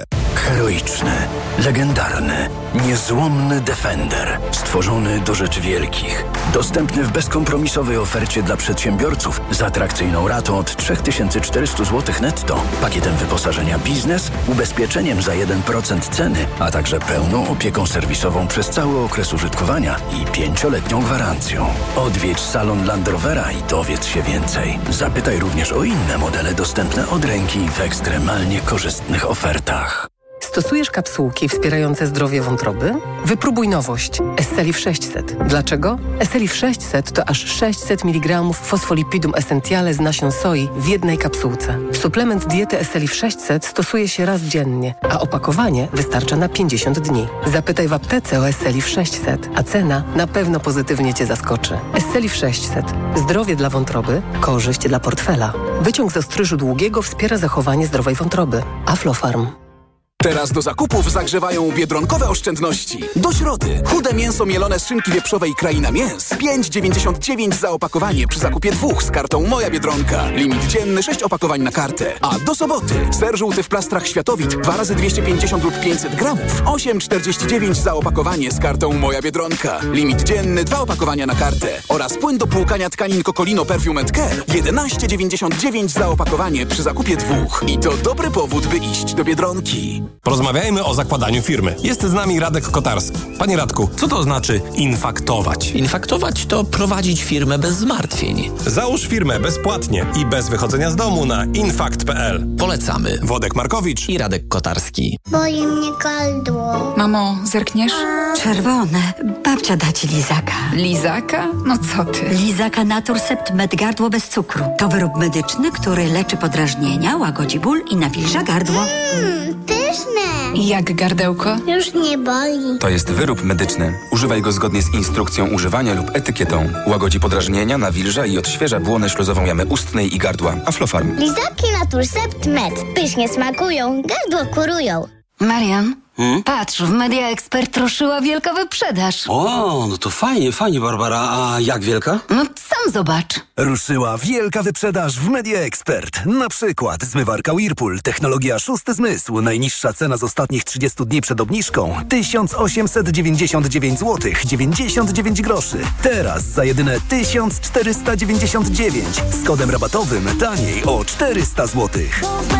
Heroiczny, legendarny, niezłomny Defender. Stworzony do rzeczy wielkich. Dostępny w bezkompromisowej ofercie dla przedsiębiorców z atrakcyjną ratą od trzy tysiące czterysta złotych netto, pakietem wyposażenia biznes, ubezpieczeniem za jeden procent ceny, a także pełną opieką serwisową przez cały okres użytkowania i pięcioletnią gwarancją. Odwiedź salon Land Rovera i dowiedz się więcej. Zapytaj również o inne modele dostępne od ręki w ekstremalnie korzystnych ofertach. Stosujesz kapsułki wspierające zdrowie wątroby? Wypróbuj nowość Esselif sześćset. Dlaczego? Esselif sześćset to aż sześćset miligramów fosfolipidum essentiale z nasion soi w jednej kapsułce. Suplement diety Esselif sześćset stosuje się raz dziennie, a opakowanie wystarcza na pięćdziesiąt dni. Zapytaj w aptece o Esselif sześćset, a cena na pewno pozytywnie Cię zaskoczy. Esselif sześćset. Zdrowie dla wątroby, korzyść dla portfela. Wyciąg z ostryżu długiego wspiera zachowanie zdrowej wątroby. Aflofarm. Teraz do zakupów zagrzewają biedronkowe oszczędności. Do środy chude mięso mielone z szynki wieprzowej Kraina Mięs. pięć dziewięćdziesiąt dziewięć za opakowanie przy zakupie dwóch z kartą Moja Biedronka. Limit dzienny sześć opakowań na kartę. A do soboty ser żółty w plastrach Światowit dwa razy dwieście pięćdziesiąt lub pięćset gramów. osiem czterdzieści dziewięć za opakowanie z kartą Moja Biedronka. Limit dzienny dwa opakowania na kartę. Oraz płyn do płukania tkanin Cocolino Perfume and Care jedenaście dziewięćdziesiąt dziewięć za opakowanie przy zakupie dwóch. I to dobry powód, by iść do Biedronki. Porozmawiajmy o zakładaniu firmy. Jest z nami Radek Kotarski. Panie Radku, co to znaczy infaktować? Infaktować to prowadzić firmę bez zmartwień. Załóż firmę bezpłatnie i bez wychodzenia z domu na infakt kropka p l. Polecamy. Wodek Markowicz i Radek Kotarski. Boli mnie gardło. Mamo, zerkniesz? Czerwone. Babcia da ci lizaka. Lizaka? No co ty? Lizaka Naturcept Med Gardło bez cukru. To wyrób medyczny, który leczy podrażnienia, łagodzi ból i nawilża gardło. Mmm, pyszne. I jak gardełko? Już nie boli. To jest wyrób medyczny. Używaj go zgodnie z instrukcją używania lub etykietą. Łagodzi podrażnienia, nawilża i odświeża błonę śluzową jamy ustnej i gardła. Aflofarm. Lizaki Naturcept Med. Pysznie smakują, gardło kurują. Marian, Hmm? patrz, w Media Expert ruszyła wielka wyprzedaż. O, no to fajnie, fajnie, Barbara. A jak wielka? No sam zobacz. Ruszyła wielka wyprzedaż w Media Expert. Na przykład zmywarka Whirlpool, technologia szósty zmysł. Najniższa cena z ostatnich trzydziestu dni przed obniżką tysiąc osiemset dziewięćdziesiąt dziewięć złotych dziewięćdziesiąt dziewięć groszy. Teraz za jedyne tysiąc czterysta dziewięćdziesiąt dziewięć z kodem rabatowym taniej o czterysta złotych.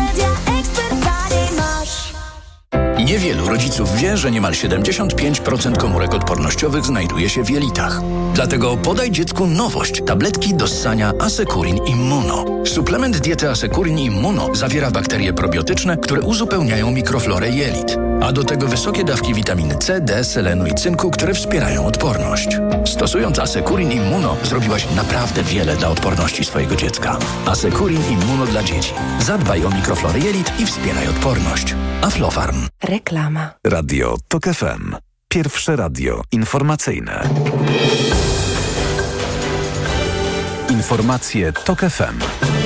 Niewielu rodziców wie, że niemal siedemdziesiąt pięć procent komórek odpornościowych znajduje się w jelitach. Dlatego podaj dziecku nowość. Tabletki do ssania Asekurin Immuno. Suplement diety Asekurin Immuno zawiera bakterie probiotyczne, które uzupełniają mikroflorę jelit. A do tego wysokie dawki witaminy C, D, selenu i cynku, które wspierają odporność. Stosując Asekurin Immuno zrobiłaś naprawdę wiele dla odporności swojego dziecka. Asekurin Immuno dla dzieci. Zadbaj o mikroflorę jelit i wspieraj odporność. Aflofarm. Reklama. Radio TOK F M. Pierwsze radio informacyjne. Informacje TOK F M.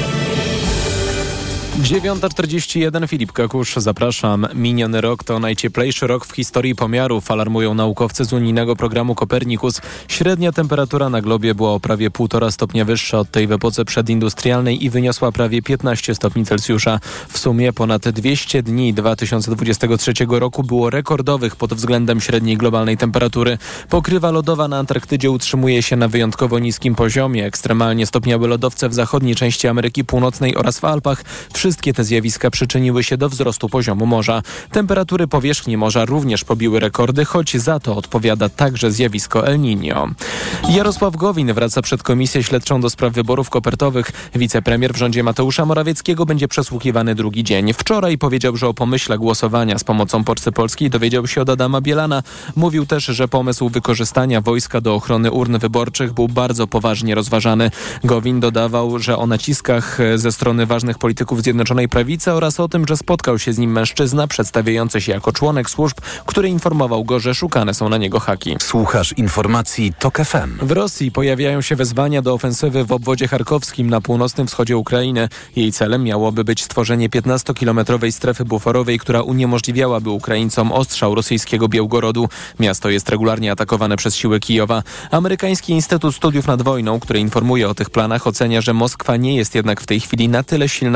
dziewiąta czterdzieści jeden, Filip Kakusz, zapraszam. Miniony rok to najcieplejszy rok w historii pomiarów, alarmują naukowcy z unijnego programu Copernicus. Średnia temperatura na globie była o prawie półtora stopnia wyższa od tej w epoce przedindustrialnej i wyniosła prawie piętnaście stopni Celsjusza. W sumie ponad dwieście dni dwa tysiące dwudziestego trzeciego roku było rekordowych pod względem średniej globalnej temperatury. Pokrywa lodowa na Antarktydzie utrzymuje się na wyjątkowo niskim poziomie. Ekstremalnie stopniały lodowce w zachodniej części Ameryki Północnej oraz w Alpach. Wszystkie te zjawiska przyczyniły się do wzrostu poziomu morza. Temperatury powierzchni morza również pobiły rekordy, choć za to odpowiada także zjawisko El Niño. Jarosław Gowin wraca przed Komisję Śledczą do spraw wyborów kopertowych. Wicepremier w rządzie Mateusza Morawieckiego będzie przesłuchiwany drugi dzień. Wczoraj powiedział, że o pomyśle głosowania z pomocą Poczty Polskiej dowiedział się od Adama Bielana. Mówił też, że pomysł wykorzystania wojska do ochrony urn wyborczych był bardzo poważnie rozważany. Gowin dodawał, że o naciskach ze strony ważnych polityków Zjednoczonej Prawicy oraz o tym, że spotkał się z nim mężczyzna przedstawiający się jako członek służb, który informował go, że szukane są na niego haki. Słuchasz informacji TOK F M. W Rosji pojawiają się wezwania do ofensywy w obwodzie charkowskim na północnym wschodzie Ukrainy. Jej celem miałoby być stworzenie piętnastokilometrowej strefy buforowej, która uniemożliwiałaby Ukraińcom ostrzał rosyjskiego Białgorodu. Miasto jest regularnie atakowane przez siły Kijowa. Amerykański Instytut Studiów nad Wojną, który informuje o tych planach, ocenia, że Moskwa nie jest jednak w tej chwili na tyle silna, by przeprowadzić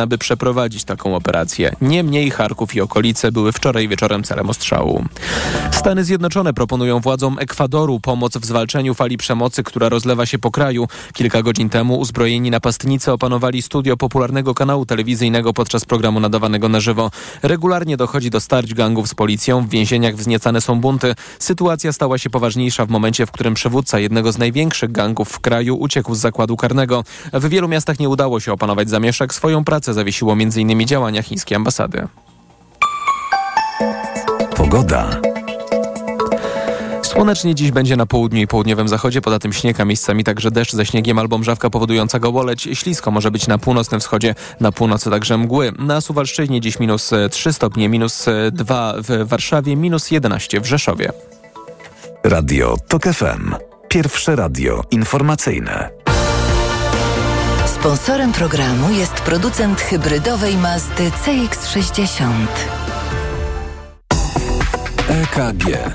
przeprowadzić taką operację. Niemniej Charków i okolice były wczoraj wieczorem celem ostrzału. Stany Zjednoczone proponują władzom Ekwadoru pomoc w zwalczeniu fali przemocy, która rozlewa się po kraju. Kilka godzin temu uzbrojeni napastnicy opanowali studio popularnego kanału telewizyjnego podczas programu nadawanego na żywo. Regularnie dochodzi do starć gangów z policją, w więzieniach wzniecane są bunty. Sytuacja stała się poważniejsza w momencie, w którym przywódca jednego z największych gangów w kraju uciekł z zakładu karnego. W wielu miastach nie udało się opanować zamieszek. Swoją pracę zawiesiło między innymi działania chińskiej ambasady. Pogoda. Słonecznie dziś będzie na południu i południowym zachodzie, poza tym śnieg, a miejscami także deszcz ze śniegiem albo mrzawka powodująca gołoleć. Ślisko może być na północnym wschodzie, na północy także mgły. Na Suwalszczyźnie dziś minus trzy stopnie, minus dwa w Warszawie, minus jedenaście w Rzeszowie. Radio TOK F M. Pierwsze radio informacyjne. Sponsorem programu jest producent hybrydowej Mazdy C X sześćdziesiąt. E K G.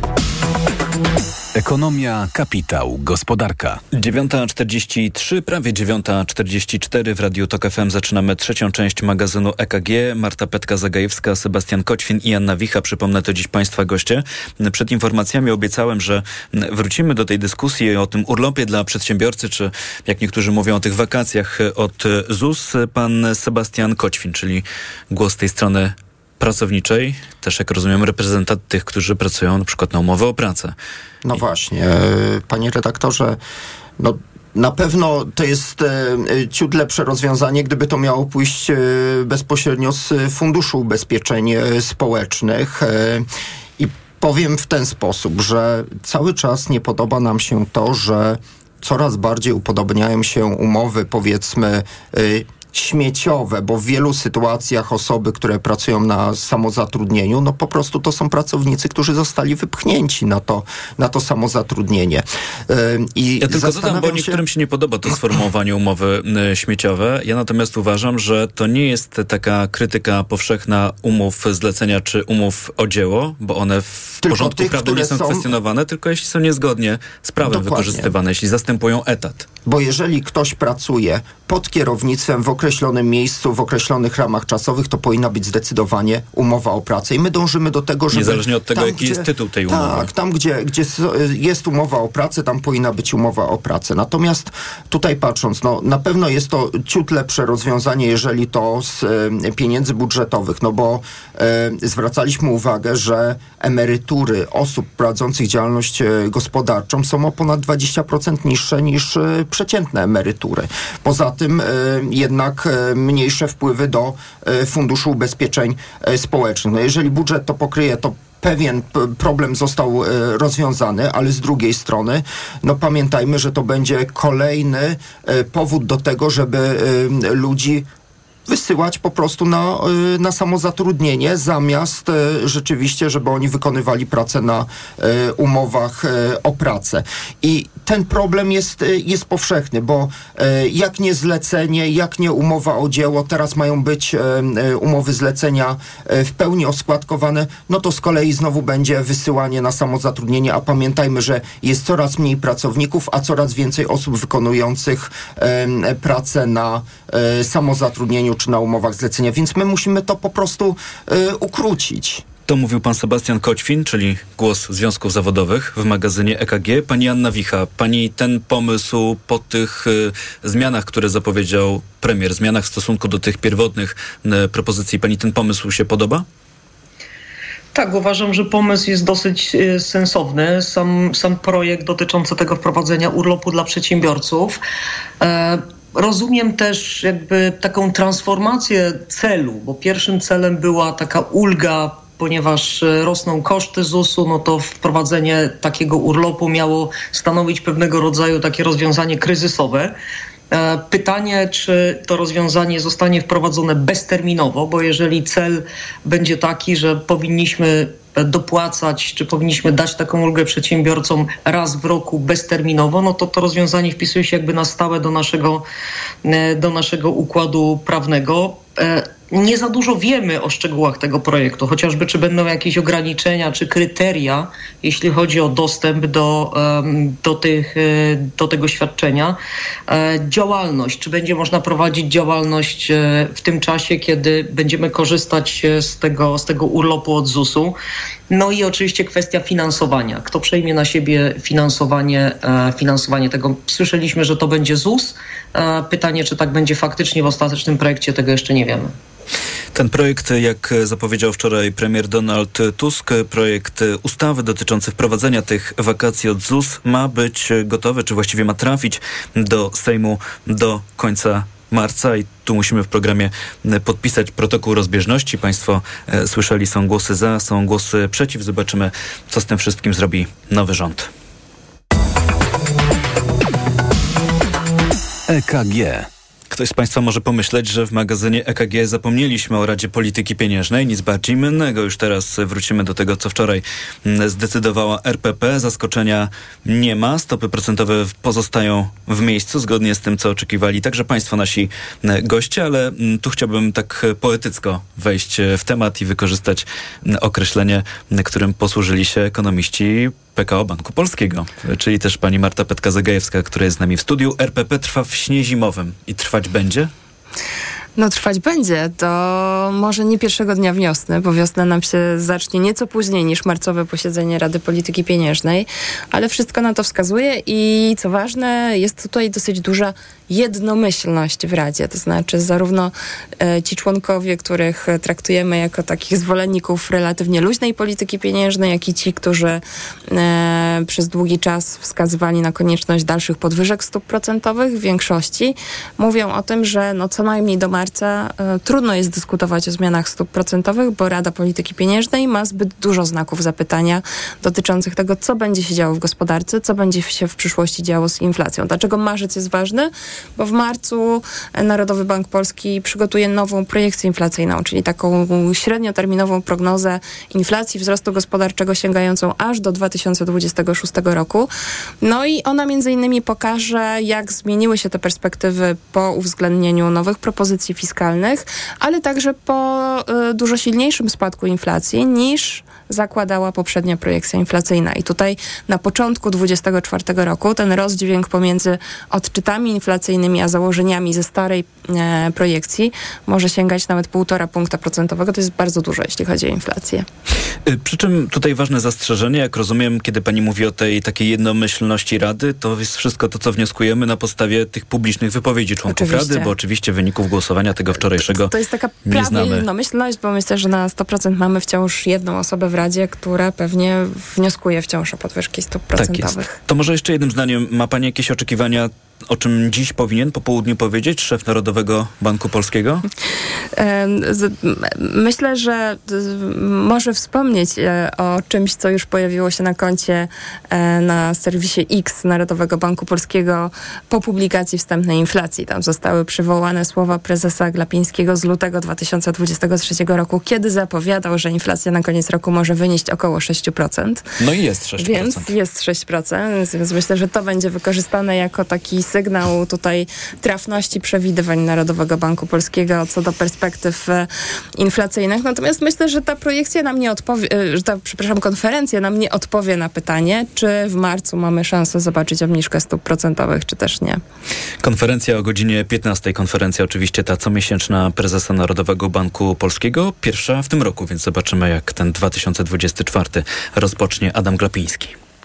Ekonomia, kapitał, gospodarka. dziewiąta czterdzieści trzy, prawie dziewiąta czterdzieści cztery w Radiu TOK F M zaczynamy trzecią część magazynu E K G. Marta Petka-Zagajewska, Sebastian Koćwin i Anna Wicha. Przypomnę, to dziś Państwa goście. Przed informacjami obiecałem, że wrócimy do tej dyskusji o tym urlopie dla przedsiębiorcy, czy jak niektórzy mówią o tych wakacjach od Z U S. Pan Sebastian Koćwin, czyli głos tej strony pracowniczej, też jak rozumiem reprezentant tych, którzy pracują na przykład na umowę o pracę. No właśnie, panie redaktorze, no na pewno to jest e, ciut lepsze rozwiązanie, gdyby to miało pójść e, bezpośrednio z Funduszu Ubezpieczeń Społecznych. E, I powiem w ten sposób, że cały czas nie podoba nam się to, że coraz bardziej upodobniają się umowy, powiedzmy, e, śmieciowe, bo w wielu sytuacjach osoby, które pracują na samozatrudnieniu, no po prostu to są pracownicy, którzy zostali wypchnięci na to, na to samozatrudnienie. I ja tylko dodam, bo niektórym się nie podoba to sformułowanie umowy y, śmieciowe. Ja natomiast uważam, że to nie jest taka krytyka powszechna umów zlecenia czy umów o dzieło, bo one w tylko porządku tych, prawnym nie są, są kwestionowane, tylko jeśli są niezgodnie z prawem Dokładnie. wykorzystywane, jeśli zastępują etat. Bo jeżeli ktoś pracuje pod kierownictwem w określonym miejscu, w określonych ramach czasowych, to powinna być zdecydowanie umowa o pracę. I my dążymy do tego, żeby... Niezależnie od tego, tam, jaki gdzie, jest tytuł tej umowy. Tak, tam gdzie, gdzie jest umowa o pracę, tam powinna być umowa o pracę. Natomiast tutaj patrząc, no na pewno jest to ciut lepsze rozwiązanie, jeżeli to z e, pieniędzy budżetowych, no bo e, zwracaliśmy uwagę, że emerytury osób prowadzących działalność e, gospodarczą są o ponad dwadzieścia procent niższe niż e, przeciętne emerytury. Poza tym e, jednak e, mniejsze wpływy do e, Funduszu Ubezpieczeń e, Społecznych. No jeżeli budżet to pokryje, to pewien p- problem został e, rozwiązany, ale z drugiej strony, no pamiętajmy, że to będzie kolejny e, powód do tego, żeby e, ludzi wysyłać po prostu na, na samozatrudnienie, zamiast rzeczywiście, żeby oni wykonywali pracę na umowach o pracę. I ten problem jest, jest powszechny, bo jak nie zlecenie, jak nie umowa o dzieło, teraz mają być umowy zlecenia w pełni oskładkowane, no to z kolei znowu będzie wysyłanie na samozatrudnienie, a pamiętajmy, że jest coraz mniej pracowników, a coraz więcej osób wykonujących pracę na samozatrudnieniu czy na umowach zlecenia, więc my musimy to po prostu y, ukrócić. To mówił pan Sebastian Koćwin, czyli głos związków zawodowych w magazynie E K G. Pani Anna Wicha, pani ten pomysł po tych y, zmianach, które zapowiedział premier, zmianach w stosunku do tych pierwotnych y, propozycji, pani ten pomysł się podoba? Tak, uważam, że pomysł jest dosyć y, sensowny. Sam, sam projekt dotyczący tego wprowadzenia urlopu dla przedsiębiorców. E, Rozumiem też jakby taką transformację celu, bo pierwszym celem była taka ulga, ponieważ rosną koszty Z U S u, no to wprowadzenie takiego urlopu miało stanowić pewnego rodzaju takie rozwiązanie kryzysowe. Pytanie, czy to rozwiązanie zostanie wprowadzone bezterminowo, bo jeżeli cel będzie taki, że powinniśmy dopłacać, czy powinniśmy dać taką ulgę przedsiębiorcom raz w roku bezterminowo, no to to rozwiązanie wpisuje się jakby na stałe do naszego, do naszego układu prawnego. Nie za dużo wiemy o szczegółach tego projektu, chociażby czy będą jakieś ograniczenia, czy kryteria, jeśli chodzi o dostęp do, do, tych, do tego świadczenia. Działalność, czy będzie można prowadzić działalność w tym czasie, kiedy będziemy korzystać z tego, z tego urlopu od zusu. No i oczywiście kwestia finansowania. Kto przejmie na siebie finansowanie, finansowanie tego? Słyszeliśmy, że to będzie ZUS. Pytanie, czy tak będzie faktycznie w ostatecznym projekcie, tego jeszcze nie wiemy. Ten projekt, jak zapowiedział wczoraj premier Donald Tusk, projekt ustawy dotyczący wprowadzenia tych wakacji od ZUS ma być gotowy, czy właściwie ma trafić do Sejmu do końca marca i tu musimy w programie podpisać protokół rozbieżności. Państwo e, słyszeli, są głosy za, są głosy przeciw. Zobaczymy, co z tym wszystkim zrobi nowy rząd. E K G. Ktoś z Państwa może pomyśleć, że w magazynie E K G zapomnieliśmy o Radzie Polityki Pieniężnej. Nic bardziej mylnego. Już teraz wrócimy do tego, co wczoraj zdecydowała R P P. Zaskoczenia nie ma. Stopy procentowe pozostają w miejscu, zgodnie z tym, co oczekiwali także Państwo, nasi goście, ale tu chciałbym tak poetycko wejść w temat i wykorzystać określenie, którym posłużyli się ekonomiści P K O Banku Polskiego, czyli też pani Marta Petka-Zagajewska, która jest z nami w studiu. R P P trwa w śnie zimowym i trwać będzie? No trwać będzie, to może nie pierwszego dnia wiosny, bo wiosna nam się zacznie nieco później niż marcowe posiedzenie Rady Polityki Pieniężnej, ale wszystko na to wskazuje i co ważne, jest tutaj dosyć duża jednomyślność w Radzie, to znaczy zarówno e, ci członkowie, których traktujemy jako takich zwolenników relatywnie luźnej polityki pieniężnej, jak i ci, którzy e, przez długi czas wskazywali na konieczność dalszych podwyżek stóp procentowych, w większości mówią o tym, że no co najmniej do marca e, trudno jest dyskutować o zmianach stóp procentowych, bo Rada Polityki Pieniężnej ma zbyt dużo znaków zapytania dotyczących tego, co będzie się działo w gospodarce, co będzie się w przyszłości działo z inflacją. Dlaczego marzec jest ważny? Bo w marcu Narodowy Bank Polski przygotuje nową projekcję inflacyjną, czyli taką średnioterminową prognozę inflacji, wzrostu gospodarczego sięgającą aż do dwa tysiące dwudziestego szóstego roku. No i ona między innymi pokaże, jak zmieniły się te perspektywy po uwzględnieniu nowych propozycji fiskalnych, ale także po y, dużo silniejszym spadku inflacji niż zakładała poprzednia projekcja inflacyjna. I tutaj na początku dwudziestego czwartego roku ten rozdźwięk pomiędzy odczytami inflacyjnymi a założeniami ze starej e, projekcji może sięgać nawet półtora punkta procentowego. To jest bardzo dużo, jeśli chodzi o inflację. Przy czym tutaj ważne zastrzeżenie, jak rozumiem, kiedy pani mówi o tej takiej jednomyślności Rady, to jest wszystko to, co wnioskujemy na podstawie tych publicznych wypowiedzi członków oczywiście Rady, bo oczywiście wyników głosowania tego wczorajszego to, to jest taka nie prawie znamy. Jednomyślność, bo myślę, że na sto procent mamy wciąż jedną osobę w Radzie, która pewnie wnioskuje wciąż o podwyżki stóp procentowych. Tak jest. To może jeszcze jednym zdaniem, ma pani jakieś oczekiwania, o czym dziś powinien po południu powiedzieć szef Narodowego Banku Polskiego? Myślę, że może wspomnieć o czymś, co już pojawiło się na koncie na serwisie X Narodowego Banku Polskiego po publikacji wstępnej inflacji. Tam zostały przywołane słowa prezesa Glapińskiego z lutego dwa tysiące dwudziestego trzeciego roku, kiedy zapowiadał, że inflacja na koniec roku może wynieść około sześć procent. No i jest sześć procent. Więc jest sześć procent, więc myślę, że to będzie wykorzystane jako taki sygnał tutaj trafności przewidywań Narodowego Banku Polskiego co do perspektyw inflacyjnych. Natomiast myślę, że ta projekcja nam nie odpowie, że ta, przepraszam, konferencja nam nie odpowie na pytanie, czy w marcu mamy szansę zobaczyć obniżkę stóp procentowych, czy też nie. Konferencja o godzinie piętnastej. Konferencja oczywiście ta comiesięczna prezesa Narodowego Banku Polskiego. Pierwsza w tym roku, więc zobaczymy, jak ten dwa tysiące dwudziesty czwarty rozpocznie Adam Glapiński.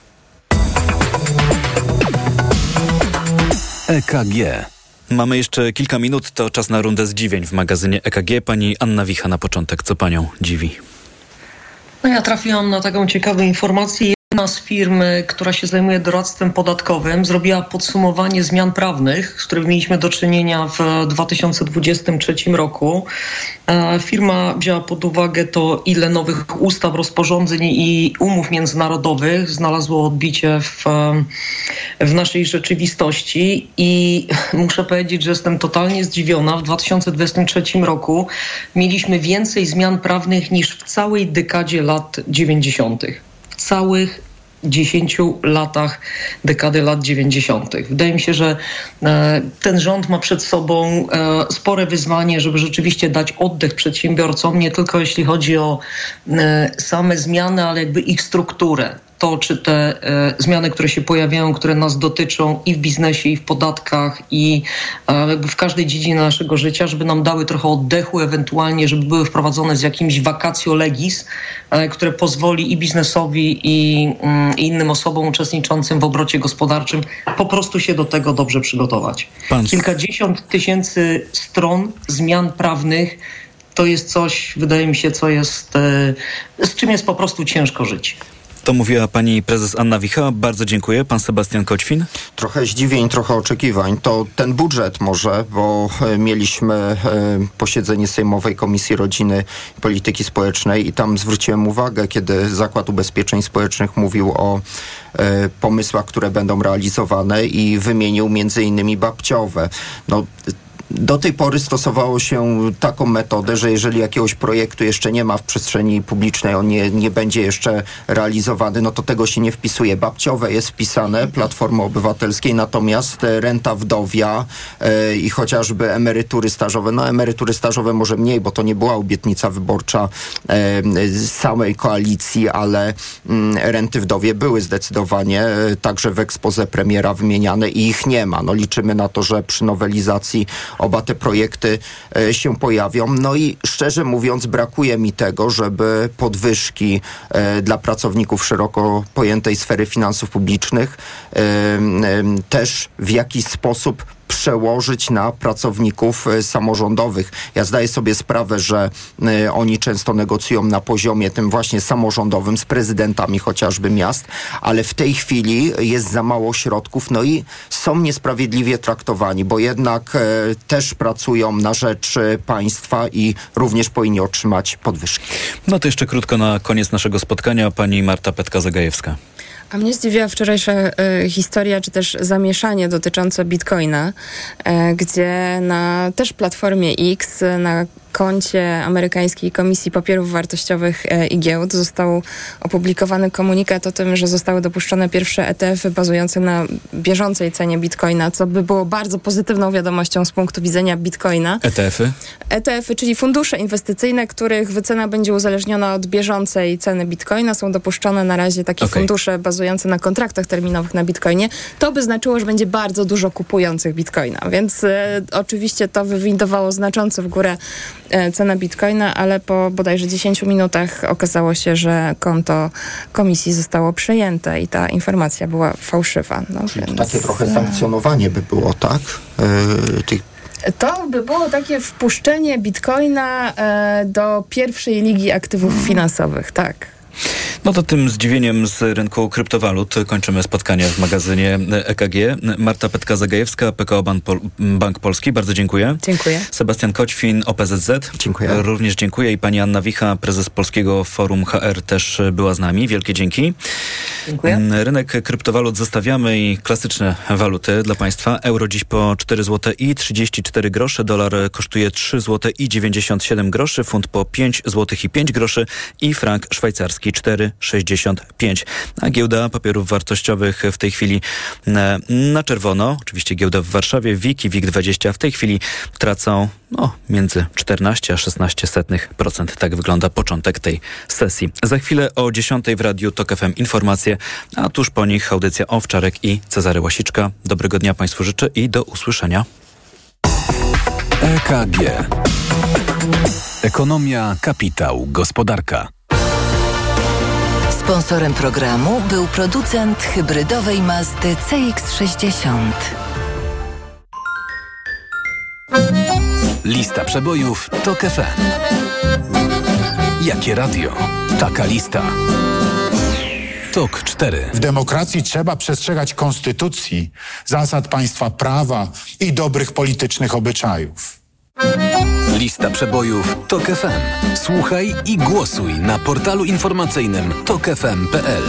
E K G. Mamy jeszcze kilka minut, to czas na rundę zdziwień w magazynie E K G. Pani Anna Wicha na początek. Co panią dziwi? No ja trafiłam na taką ciekawą informację. Jedna z firm, która się zajmuje doradztwem podatkowym, zrobiła podsumowanie zmian prawnych, z którymi mieliśmy do czynienia w dwa tysiące dwudziestym trzecim roku. Firma wzięła pod uwagę to, ile nowych ustaw, rozporządzeń i umów międzynarodowych znalazło odbicie w, w naszej rzeczywistości i muszę powiedzieć, że jestem totalnie zdziwiona. W dwa tysiące dwudziestym trzecim roku mieliśmy więcej zmian prawnych niż w całej dekadzie lat dziewięćdziesiątych. W całych dziesięciu latach dekady lat dziewięćdziesiątych. Wydaje mi się, że ten rząd ma przed sobą spore wyzwanie, żeby rzeczywiście dać oddech przedsiębiorcom, nie tylko jeśli chodzi o same zmiany, ale jakby ich strukturę. To, czy te e, zmiany, które się pojawiają, które nas dotyczą i w biznesie, i w podatkach, i e, jakby w każdej dziedzinie naszego życia, żeby nam dały trochę oddechu, ewentualnie, żeby były wprowadzone z jakimś vacatio legis, e, które pozwoli i biznesowi, i, mm, i innym osobom uczestniczącym w obrocie gospodarczym po prostu się do tego dobrze przygotować. Pan... Kilkadziesiąt tysięcy stron zmian prawnych to jest coś, wydaje mi się, co jest, e, z czym jest po prostu ciężko żyć. To mówiła pani prezes Anna Wicha. Bardzo dziękuję. Pan Sebastian Koćwin. Trochę zdziwień, trochę oczekiwań. To ten budżet może, bo mieliśmy posiedzenie Sejmowej Komisji Rodziny i Polityki Społecznej i tam zwróciłem uwagę, kiedy Zakład Ubezpieczeń Społecznych mówił o pomysłach, które będą realizowane i wymienił między innymi babciowe. No, do tej pory stosowało się taką metodę, że jeżeli jakiegoś projektu jeszcze nie ma w przestrzeni publicznej, on nie, nie będzie jeszcze realizowany, no to tego się nie wpisuje. Babciowe jest wpisane, Platformy Obywatelskiej, natomiast renta wdowia e, i chociażby emerytury stażowe, no emerytury stażowe może mniej, bo to nie była obietnica wyborcza e, z samej koalicji, ale m, renty wdowie były zdecydowanie e, także w exposé premiera wymieniane i ich nie ma. No liczymy na to, że przy nowelizacji oba te projekty e, się pojawią. No i szczerze mówiąc brakuje mi tego, żeby podwyżki e, dla pracowników szeroko pojętej sfery finansów publicznych e, e, też w jakiś sposób przełożyć na pracowników e, samorządowych. Ja zdaję sobie sprawę, że e, oni często negocjują na poziomie tym właśnie samorządowym z prezydentami chociażby miast, ale w tej chwili jest za mało środków, no i są niesprawiedliwie traktowani, bo jednak e, też pracują na rzecz e, państwa i również powinni otrzymać podwyżki. No to jeszcze krótko na koniec naszego spotkania pani Marta Petka-Zagajewska. A mnie zdziwiła wczorajsza y, historia, czy też zamieszanie dotyczące Bitcoina, y, gdzie na też platformie X, na koncie amerykańskiej Komisji Papierów Wartościowych e, i Giełd został opublikowany komunikat o tym, że zostały dopuszczone pierwsze E T F-y bazujące na bieżącej cenie Bitcoina, co by było bardzo pozytywną wiadomością z punktu widzenia Bitcoina. E T F-y? E T F-y, czyli fundusze inwestycyjne, których wycena będzie uzależniona od bieżącej ceny Bitcoina. Są dopuszczone na razie takie okay. fundusze bazujące na kontraktach terminowych na Bitcoinie. To by znaczyło, że będzie bardzo dużo kupujących Bitcoina, więc e, oczywiście to wywindowało znacząco w górę cena Bitcoina, ale po bodajże dziesięciu minutach okazało się, że konto komisji zostało przejęte i ta informacja była fałszywa. No, Czyli więc... to takie trochę sankcjonowanie by było, tak? Yy, tych To by było takie wpuszczenie Bitcoina e, do pierwszej ligi aktywów finansowych, tak. No to tym zdziwieniem z rynku kryptowalut kończymy spotkanie w magazynie E K G. Marta Petka-Zagajewska, P K O Bank, Pol- Bank Polski. Bardzo dziękuję. Dziękuję. Sebastian Koćwin, O P Z Z. Dziękuję. Również dziękuję. I pani Anna Wicha, prezes Polskiego Forum H R, też była z nami. Wielkie dzięki. Dziękuję. Rynek kryptowalut zostawiamy i klasyczne waluty dla państwa. Euro dziś po cztery złote i trzydzieści cztery grosze. Dolar kosztuje trzy złote i dziewięćdziesiąt siedem groszy. Funt po pięć złotych i pięć groszy. I frank szwajcarski cztery sześćdziesiąt pięć. A giełda papierów wartościowych w tej chwili na, na czerwono. Oczywiście giełda w Warszawie, W I K i W I K dwadzieścia w tej chwili tracą no, między czternaście a szesnaście setnych procent. Tak wygląda początek tej sesji. Za chwilę o dziesiątej w Radiu Tok F M informacje, a tuż po nich audycja Owczarek i Cezary Łasiczka. Dobrego dnia Państwu życzę i do usłyszenia. E K G. Ekonomia, kapitał, gospodarka. Sponsorem programu był producent hybrydowej Mazdy C X sześćdziesiąt. Lista przebojów Tok F M. Jakie radio? Taka lista. Tok cztery. W demokracji trzeba przestrzegać konstytucji, zasad państwa prawa i dobrych politycznych obyczajów. Lista przebojów Tok F M. Słuchaj i głosuj na portalu informacyjnym tok f m kropka p l.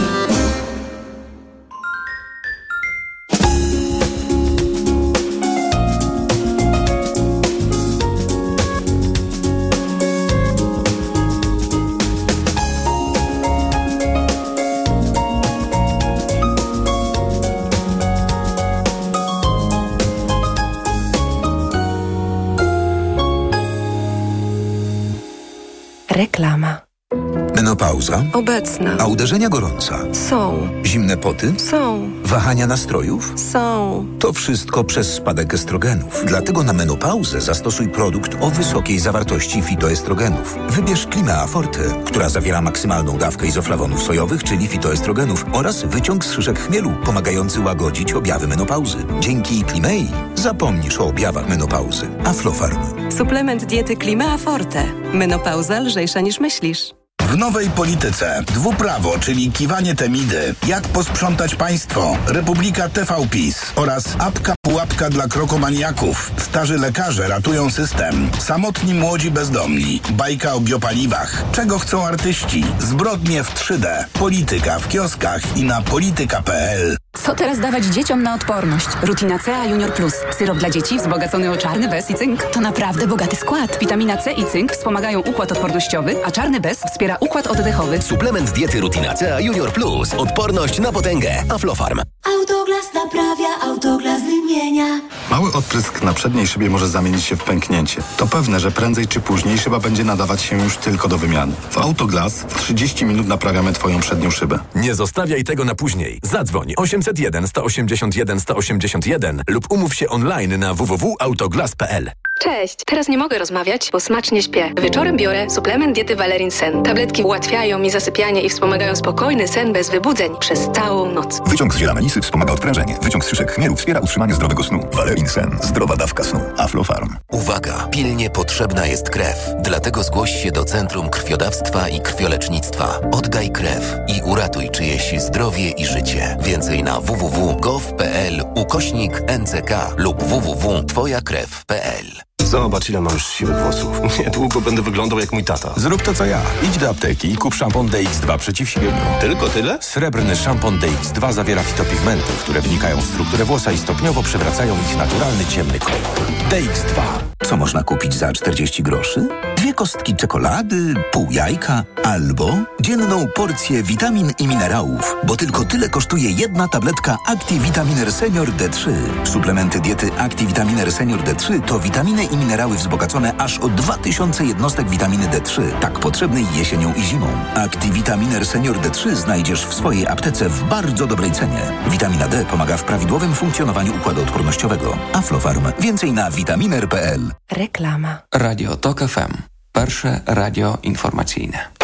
Reklama. Menopauza? Obecna. A uderzenia gorąca? Są. Zimne poty? Są. Wahania nastrojów? Są. To wszystko przez spadek estrogenów. Dlatego na menopauzę zastosuj produkt o wysokiej zawartości fitoestrogenów. Wybierz Climea Forte, która zawiera maksymalną dawkę izoflawonów sojowych, czyli fitoestrogenów, oraz wyciąg z szyszek chmielu, pomagający łagodzić objawy menopauzy. Dzięki Climei zapomnisz o objawach menopauzy. Aflofarm. Suplement diety Climea Forte. Menopauza lżejsza niż myślisz. W nowej polityce dwuprawo, czyli kiwanie temidy, jak posprzątać państwo, Republika T V PiS oraz apka pułapka dla krokomaniaków, starzy lekarze ratują system, samotni młodzi bezdomni, bajka o biopaliwach, czego chcą artyści, zbrodnie w trzy D, polityka w kioskach i na polityka kropka p l. Co teraz dawać dzieciom na odporność? Rutina C A Junior Plus. Syrop dla dzieci wzbogacony o czarny bez i cynk. To naprawdę bogaty skład. Witamina C i cynk wspomagają układ odpornościowy, a czarny bez wspiera układ oddechowy. Suplement diety Rutina C A Junior Plus. Odporność na potęgę. Aflofarm. Autoglas naprawia, Autoglas wymienia. Mały odprysk na przedniej szybie może zamienić się w pęknięcie. To pewne, że prędzej czy później szyba będzie nadawać się już tylko do wymiany. W Autoglas w trzydzieści minut naprawiamy Twoją przednią szybę. Nie zostawiaj tego na później. Zadzwoń osiem zero jeden, sto osiemdziesiąt jeden, sto osiemdziesiąt jeden lub umów się online na w w w kropka autoglas kropka p l. Cześć, teraz nie mogę rozmawiać, bo smacznie śpię. Wieczorem biorę suplement diety Valerin Sen. Tabletki ułatwiają mi zasypianie i wspomagają spokojny sen bez wybudzeń przez całą noc. Wyciąg z ziela melisy wspomaga odprężenie. Wyciąg z szyszek chmielu wspiera utrzymanie zdrowego snu. Valerin Sen. Zdrowa dawka snu. Aflofarm. Uwaga! Pilnie potrzebna jest krew. Dlatego zgłoś się do Centrum Krwiodawstwa i Krwiolecznictwa. Oddaj krew i uratuj czyjeś zdrowie i życie. Więcej na w w w kropka gov kropka p l ukośnik n c k lub w w w kropka twoja krew kropka p l. Zobacz, ile mam już siwych włosów. Niedługo będę wyglądał jak mój tata. Zrób to co ja. Idź do apteki i kup szampon D X dwa przeciw siwieniu. Tylko tyle? Srebrny szampon D X dwa zawiera fitopigmenty, które wnikają w strukturę włosa i stopniowo przywracają ich naturalny, ciemny kolor. D X dwa. Co można kupić za czterdzieści groszy? Dwie kostki czekolady, pół jajka albo dzienną porcję witamin i minerałów, bo tylko tyle kosztuje jedna tabletka Activitaminer Senior D trzy. Suplementy diety Activitaminer Senior D trzy to witaminy i minerały wzbogacone aż o dwa tysiące jednostek witaminy D trzy, tak potrzebnej jesienią i zimą. Activitaminer Senior D trzy znajdziesz w swojej aptece w bardzo dobrej cenie. Witamina D pomaga w prawidłowym funkcjonowaniu układu odpornościowego. Aflofarm. Więcej na vitaminer kropka p l. Reklama. Radio Tok F M. Pierwsze radio informacyjne.